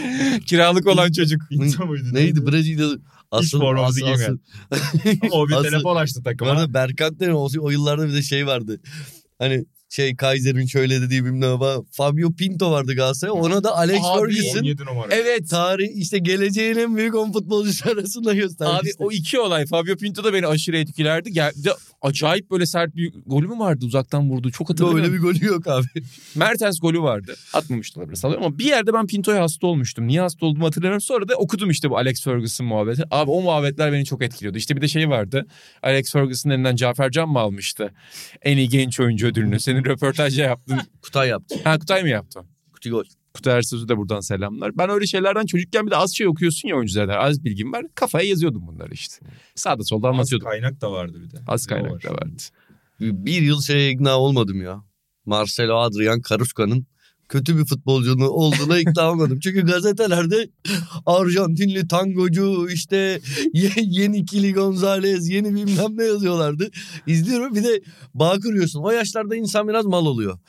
Kiralık olan çocuk. Pinto muydu? Neydi Brezilyalı? Hiç formamızı giymeyen. Ama o bir Asıl- telefon açtı Bu takıma. arada Berkant denen o yıllarda bir de şey vardı. Hani Kaiser'in şöyle dediği bilmem ama Fabio Pinto vardı Galatasaray. Ona da Alex Abi, Ferguson 17 numara. Evet. tarih işte geleceğin en büyük 10 futbolcusu arasında gösterdi. Abi işte. o iki olay, Fabio Pinto da beni aşırı etkilerdi. De acayip böyle sert bir golü mü vardı, uzaktan vurdu? Çok hatırlamıyorum. Böyle bir golü yok abi. Mertens golü vardı. Atmamıştı olabilir sallıyorum ama bir yerde ben Pinto'ya hasta olmuştum. Niye hasta olduğumu hatırlamıyorum. Sonra da okudum işte bu Alex Ferguson muhabbeti. Abi o muhabbetler beni çok etkiliyordu. İşte bir de şey vardı. Alex Ferguson'ın elinden Cafer Can mı almıştı? En iyi genç oyuncu ödülünü. Senin röportajda yaptın. Kutay yaptı. Ha, Kutay mı yaptı? Kuti gol. Kutay Ersöz'ü de buradan selamlar. Ben öyle şeylerden çocukken bir de az şey okuyorsun ya oyunculardan. Az bilgim var. Kafaya yazıyordum bunları işte. Sağda solda Az anlatıyordum. kaynak da vardı bir de. Az O kaynak var. da vardı. Bir yıl şeye ikna olmadım ya. Marcelo Adrian Caruska'nın kötü bir futbolcunun olduğuna ikna olmadım. Çünkü gazetelerde Arjantinli tangocu işte yeni Kili Gonzalez yeni bilmem ne yazıyorlardı. İzliyorum, bir de bağ kuruyorsun. O yaşlarda insan biraz mal oluyor.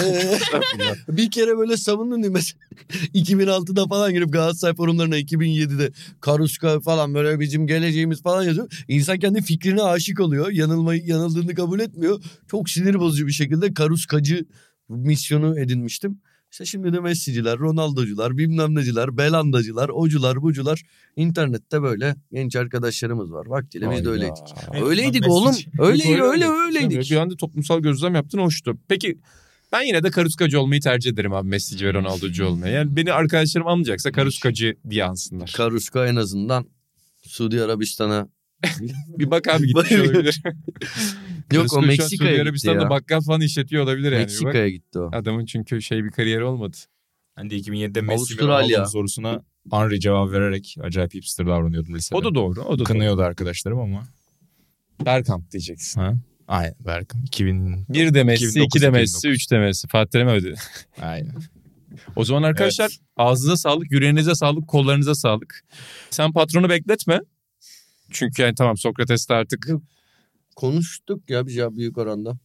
Bir kere böyle savundum diye mesela 2006'da falan girip Galatasaray forumlarına 2007'de Karuska falan böyle bizim geleceğimiz falan yazıyor. İnsan kendi fikrine aşık oluyor. Yanıldığını kabul etmiyor. Çok sinir bozucu bir şekilde Karuskacı misyonu edinmiştim. İşte şimdi de Messi'ciler, Ronaldo'cular, bilmem neciler, Belanda'cılar, ocular, bucular. İnternette böyle genç arkadaşlarımız var. Vaktiyle biz de öyleydik. Öyleydik Messi- oğlum. Öyleydik. Öyleydik. Bir anda toplumsal gözlem yaptın, hoştu. Peki ben yine de Karuskacı olmayı tercih ederim abi, Messi'ci ve Ronaldo'cu olmayı. Yani beni arkadaşlarım anlayacaksa Karuskacı diye ansınlar. Karuska en azından Suudi Arabistan'a. Bir bak abi, gitmiş olabilir. Yok, o Karuska şu an Meksika'ya Suudi gitti Arabistan'da ya. bakkal falan işletiyor olabilir yani. Bir bak. Meksika'ya gitti o. Adamın çünkü bir kariyeri olmadı. Ben de 2007'de Messi ve Avustralya. Ronaldo sorusuna Henry cevap vererek acayip hipster davranıyordum lisede. O da doğru. O da doğru. Kınıyordu arkadaşlarım ama. Bergkamp diyeceksin. Ha? Aynen Berkan. 2000. Bir de Messi, 2009, iki de Messi, 2009. üç de Messi. Fatih Terim ödedi. Aynen. O zaman arkadaşlar Evet. ağzınıza sağlık, yüreğinize sağlık, kollarınıza sağlık. Sen patronu bekletme. Çünkü yani tamam, Sokrates'te artık Konuştuk ya biz ya büyük oranda.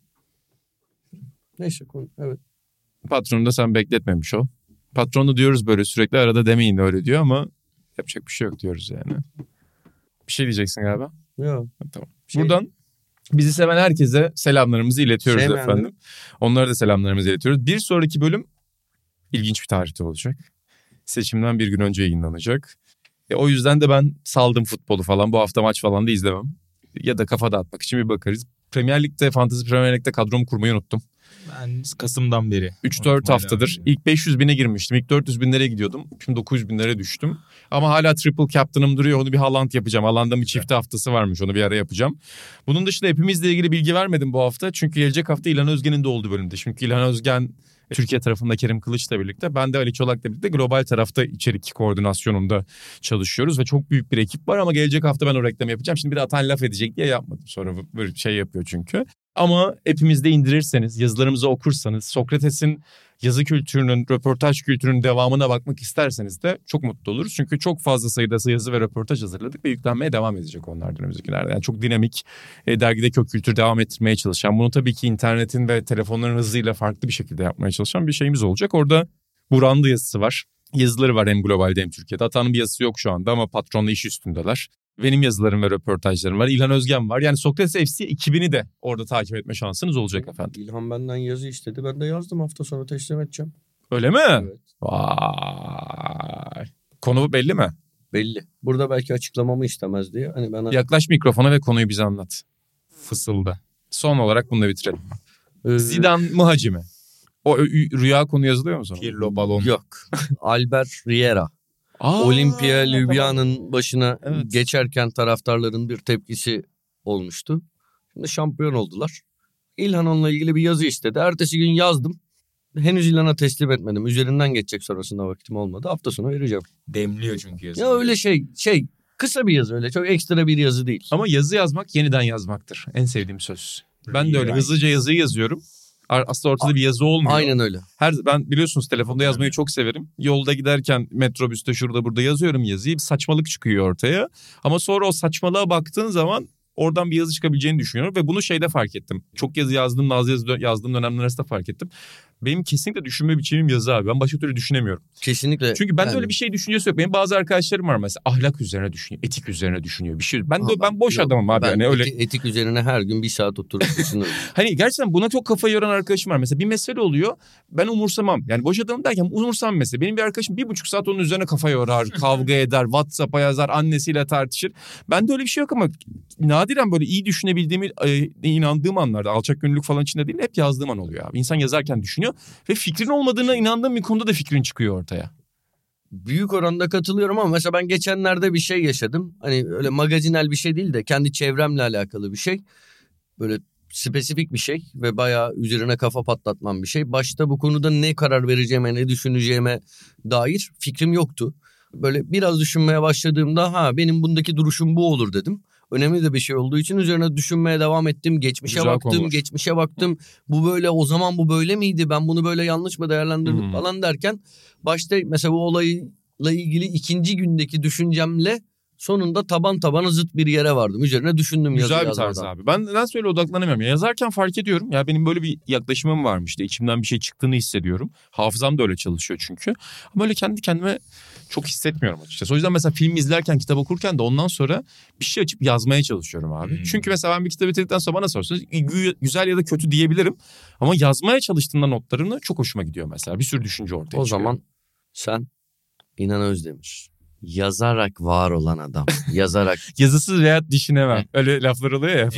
Neyse evet. patronu da sen bekletmemiş ol. Patronu diyoruz böyle sürekli, arada demeyin öyle diyor ama yapacak bir şey yok diyoruz yani. Bir şey diyeceksin galiba. Ya. Tamam. Şey- Buradan bizi seven herkese selamlarımızı iletiyoruz Sevmeyenler- efendim. Onlara da selamlarımızı iletiyoruz. Bir sonraki bölüm ilginç bir tarihte olacak. Seçimden bir gün önce yayınlanacak. O yüzden de ben saldım futbolu falan. Bu hafta maç falan da izlemem. Ya da kafa dağıtmak için bir bakarız. Premier Lig'de, Fantasy Premier Lig'de kadromu kurmayı unuttum. Ben Kasım'dan beri. 3-4 haftadır. İlk 500 bine girmiştim. İlk 400 binlere gidiyordum. Şimdi 900 binlere düştüm. Ama hala triple captain'ım duruyor. Onu bir Haaland yapacağım. Haaland'ın bir çifte haftası varmış. Onu bir ara yapacağım. Bunun dışında hepimizle ilgili bilgi vermedim bu hafta. Çünkü gelecek hafta İlhan Özgen'in de olduğu bölümde. Çünkü İlhan Özgen Türkiye tarafında Kerim Kılıç'la birlikte, ben de Ali Çolak'la birlikte global tarafta içerik koordinasyonunda çalışıyoruz ve çok büyük bir ekip var ama gelecek hafta ben o reklamı yapacağım. Şimdi bir de Atan laf edecek diye yapmadım. Sonra böyle şey yapıyor çünkü. Ama hepimiz de indirirseniz, yazılarımızı okursanız, Sokrates'in yazı kültürünün, röportaj kültürünün devamına bakmak isterseniz de çok mutlu oluruz. Çünkü çok fazla sayıda yazı ve röportaj hazırladık ve yüklenmeye devam edecek onlardan önümüzdekilerde. Yani çok dinamik, dergide o kültürü devam ettirmeye çalışan, bunu tabii ki internetin ve telefonların hızıyla farklı bir şekilde yapmaya çalışan bir şeyimiz olacak. Orada Burak'ın da yazısı var. Yazıları var hem globalde hem Türkiye'de. Atan'ın bir yazısı yok şu anda ama patronla iş üstündeler. Benim yazılarım ve röportajlarım var. İlhan Özgen var. Yani Sokrates FC ekibini de orada takip etme şansınız olacak efendim. İlhan benden yazı istedi. Ben de yazdım, hafta sonu teslim edeceğim. Öyle mi? Evet. Vay. Konu belli mi? Belli. Burada belki açıklamamı istemez diye. Hani bana... Yaklaş mikrofona ve konuyu bize anlat. Fısılda. Son olarak bunu da bitirelim. Zidane mı Hacı mı? O rüya konu yazılıyor mu sonra? Pirlo balon. Yok. Albert Riera. Olimpia Ljubljana'nın başına geçerken taraftarların bir tepkisi olmuştu. Şimdi şampiyon oldular. İlhan onunla ilgili bir yazı istedi. Ertesi gün yazdım. Henüz İlhan'a teslim etmedim. Üzerinden geçecek, sonrasında vaktim olmadı. Hafta sonu vereceğim. Demliyor çünkü yazı. Ya öyle şey kısa bir yazı, öyle çok ekstra bir yazı değil. Ama yazı yazmak yeniden yazmaktır. En sevdiğim söz. Ben de öyle hızlıca yazıyı yazıyorum. Aslında ortada bir yazı olmuyor. Aynen öyle. Ben biliyorsunuz telefonda yazmayı çok severim. Yolda giderken metrobüste şurada burada yazıyorum yazıyı. Bir saçmalık çıkıyor ortaya. Ama sonra o saçmalığa baktığın zaman oradan bir yazı çıkabileceğini düşünüyorum. Ve bunu şeyde fark ettim. Çok yazı yazdığım, az yazı yazdığım dönemler arasında fark ettim. Benim kesinlikle düşünme biçimim yazı abi. Ben başka türlü düşünemiyorum. Kesinlikle. Çünkü bende öyle bir şey düşüncesi yok. Benim bazı arkadaşlarım var mesela ahlak üzerine düşünüyor, etik üzerine düşünüyor. Bir şey. Ben boş adamım abi. Ben Yani öyle etik üzerine her gün 1 saat oturup düşünürüm. Hani gerçekten buna çok kafa yoran arkadaşım var. Mesela bir mesele oluyor. Ben umursamam. Yani boş adamım derken umursamam mesela. Benim bir arkadaşım 1,5 saat onun üzerine kafa yorar, kavga eder, WhatsApp'a yazar, annesiyle tartışır. Bende öyle bir şey yok ama nadiren böyle iyi düşünebildiğimi inandığım anlarda, alçak gönüllülük falan içinde değil, hep yazdığım an oluyor abi. İnsan yazarken düşünüyor ve fikrin olmadığına inandığım bir konuda da fikrin çıkıyor ortaya. Büyük oranda katılıyorum ama mesela ben geçenlerde bir şey yaşadım. Hani öyle magazinel bir şey değil de kendi çevremle alakalı bir şey. Böyle spesifik bir şey ve bayağı üzerine kafa patlatmam bir şey. Başta bu konuda ne karar vereceğime, ne düşüneceğime dair fikrim yoktu. Böyle biraz düşünmeye başladığımda benim bundaki duruşum bu olur dedim. Önemli de bir şey olduğu için üzerine düşünmeye devam ettim. Geçmişe baktım. Bu böyle, o zaman bu böyle miydi? Ben bunu böyle yanlış mı değerlendirdim falan derken başta mesela bu olayla ilgili ikinci gündeki düşüncemle sonunda taban tabana zıt bir yere vardım. Üzerine düşündüm yazı yazmadan. yazmadan. Güzel bir tarz abi. Ben nedense öyle odaklanamıyorum. Yazarken fark ediyorum. Ya benim böyle bir yaklaşımım varmış. İşte içimden bir şey çıktığını hissediyorum. Hafızam da öyle çalışıyor çünkü. Ama öyle kendi kendime çok hissetmiyorum açıkçası. O yüzden mesela film izlerken, kitap okurken de ondan sonra bir şey açıp yazmaya çalışıyorum abi. Çünkü mesela ben bir kitabı bitirdikten sonra bana sorsanız güzel ya da kötü diyebilirim. Ama yazmaya çalıştığımda notlarını çok hoşuma gidiyor mesela. Bir sürü düşünce ortaya çıkıyor. O zaman sen İnan Özdemir. Yazarak var olan adam. Yazarak. Yazısız veya düşünemem. Öyle laflar oluyor ya.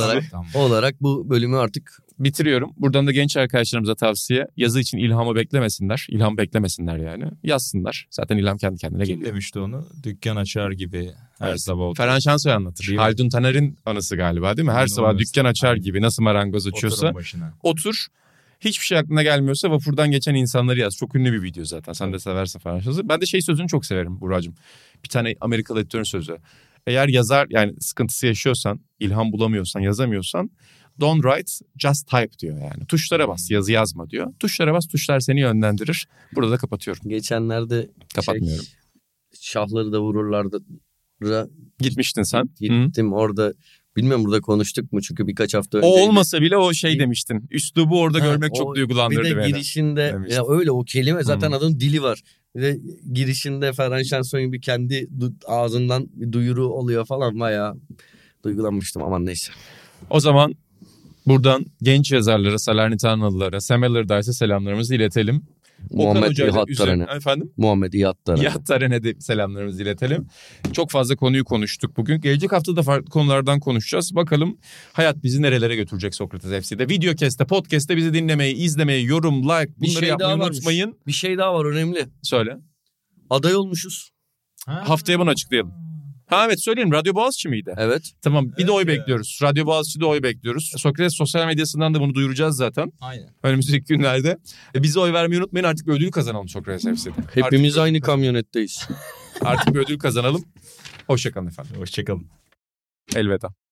olarak bu bölümü artık bitiriyorum. Buradan da genç arkadaşlarımıza tavsiye. Yazı için ilhamı beklemesinler. İlham beklemesinler yani. Yazsınlar. Zaten ilham kendi kendine geliyor. Kim demişti onu? Dükkan açar gibi her sabah oturur. Ferhan Şansoy anlatır. Haldun Taner'in anısı galiba değil mi? Her sabah dükkan açar gibi nasıl marangoz açıyorsa. Otur. Hiçbir şey aklına gelmiyorsa vapurdan geçen insanları yaz. Çok ünlü bir video zaten. Sen de seversin Ferhan Şansoy. Ben de sözünü çok severim Buracığım. Bir tane Amerikalı editörün sözü. Eğer yazar yani sıkıntısı yaşıyorsan, ilham bulamıyorsan, yazamıyorsan don't write, just type diyor yani. Tuşlara bas, yazı yazma diyor. Tuşlara bas, tuşlar seni yönlendirir. Burada da kapatıyorum. Geçenlerde kapatmıyorum. Şahları da vururlardı. Gitmiştin sen. Gittim orada. Bilmiyorum burada konuştuk mu çünkü birkaç hafta önce. O olmasa bile o şey demiştin. Üslubu orada görmek çok duygulandırdı beni. Bir de girişinde ya öyle o kelime zaten adamın dili var. Bir de girişinde Ferhan Şansoy'un bir kendi ağzından bir duyuru oluyor falan, bayağı duygulanmıştım, aman neyse. O zaman buradan genç yazarlara, Salernitanalılara, Sam Allardyce'a selamlarımızı iletelim. Muhammed İhattarene. Efendim? Muhammed İhattarene. İhattarene de selamlarımızı iletelim. Çok fazla konuyu konuştuk bugün. Gelecek hafta da farklı konulardan konuşacağız. Bakalım hayat bizi nerelere götürecek Sokrates FC'de. Videocast'te, podcast'te bizi dinlemeyi, izlemeyi, yorum, like bunları yapmayı unutmayın. Bir şey daha var önemli. Söyle. Aday olmuşuz. Haftaya bunu açıklayalım. Evet söyleyelim. Radyo Boğaziçi miydi? Evet. Tamam bir de oy bekliyoruz. Radyo Boğaziçi'de oy bekliyoruz. Sokrates sosyal medyasından da bunu duyuracağız zaten. Aynen. Önümüzdeki günlerde. Bize oy vermeyi unutmayın, artık bir ödül kazanalım Sokrates FC'de. Hepimiz aynı kamyonetteyiz. Artık bir ödül kazanalım. Hoşçakalın efendim. Hoşçakalın. Elveda.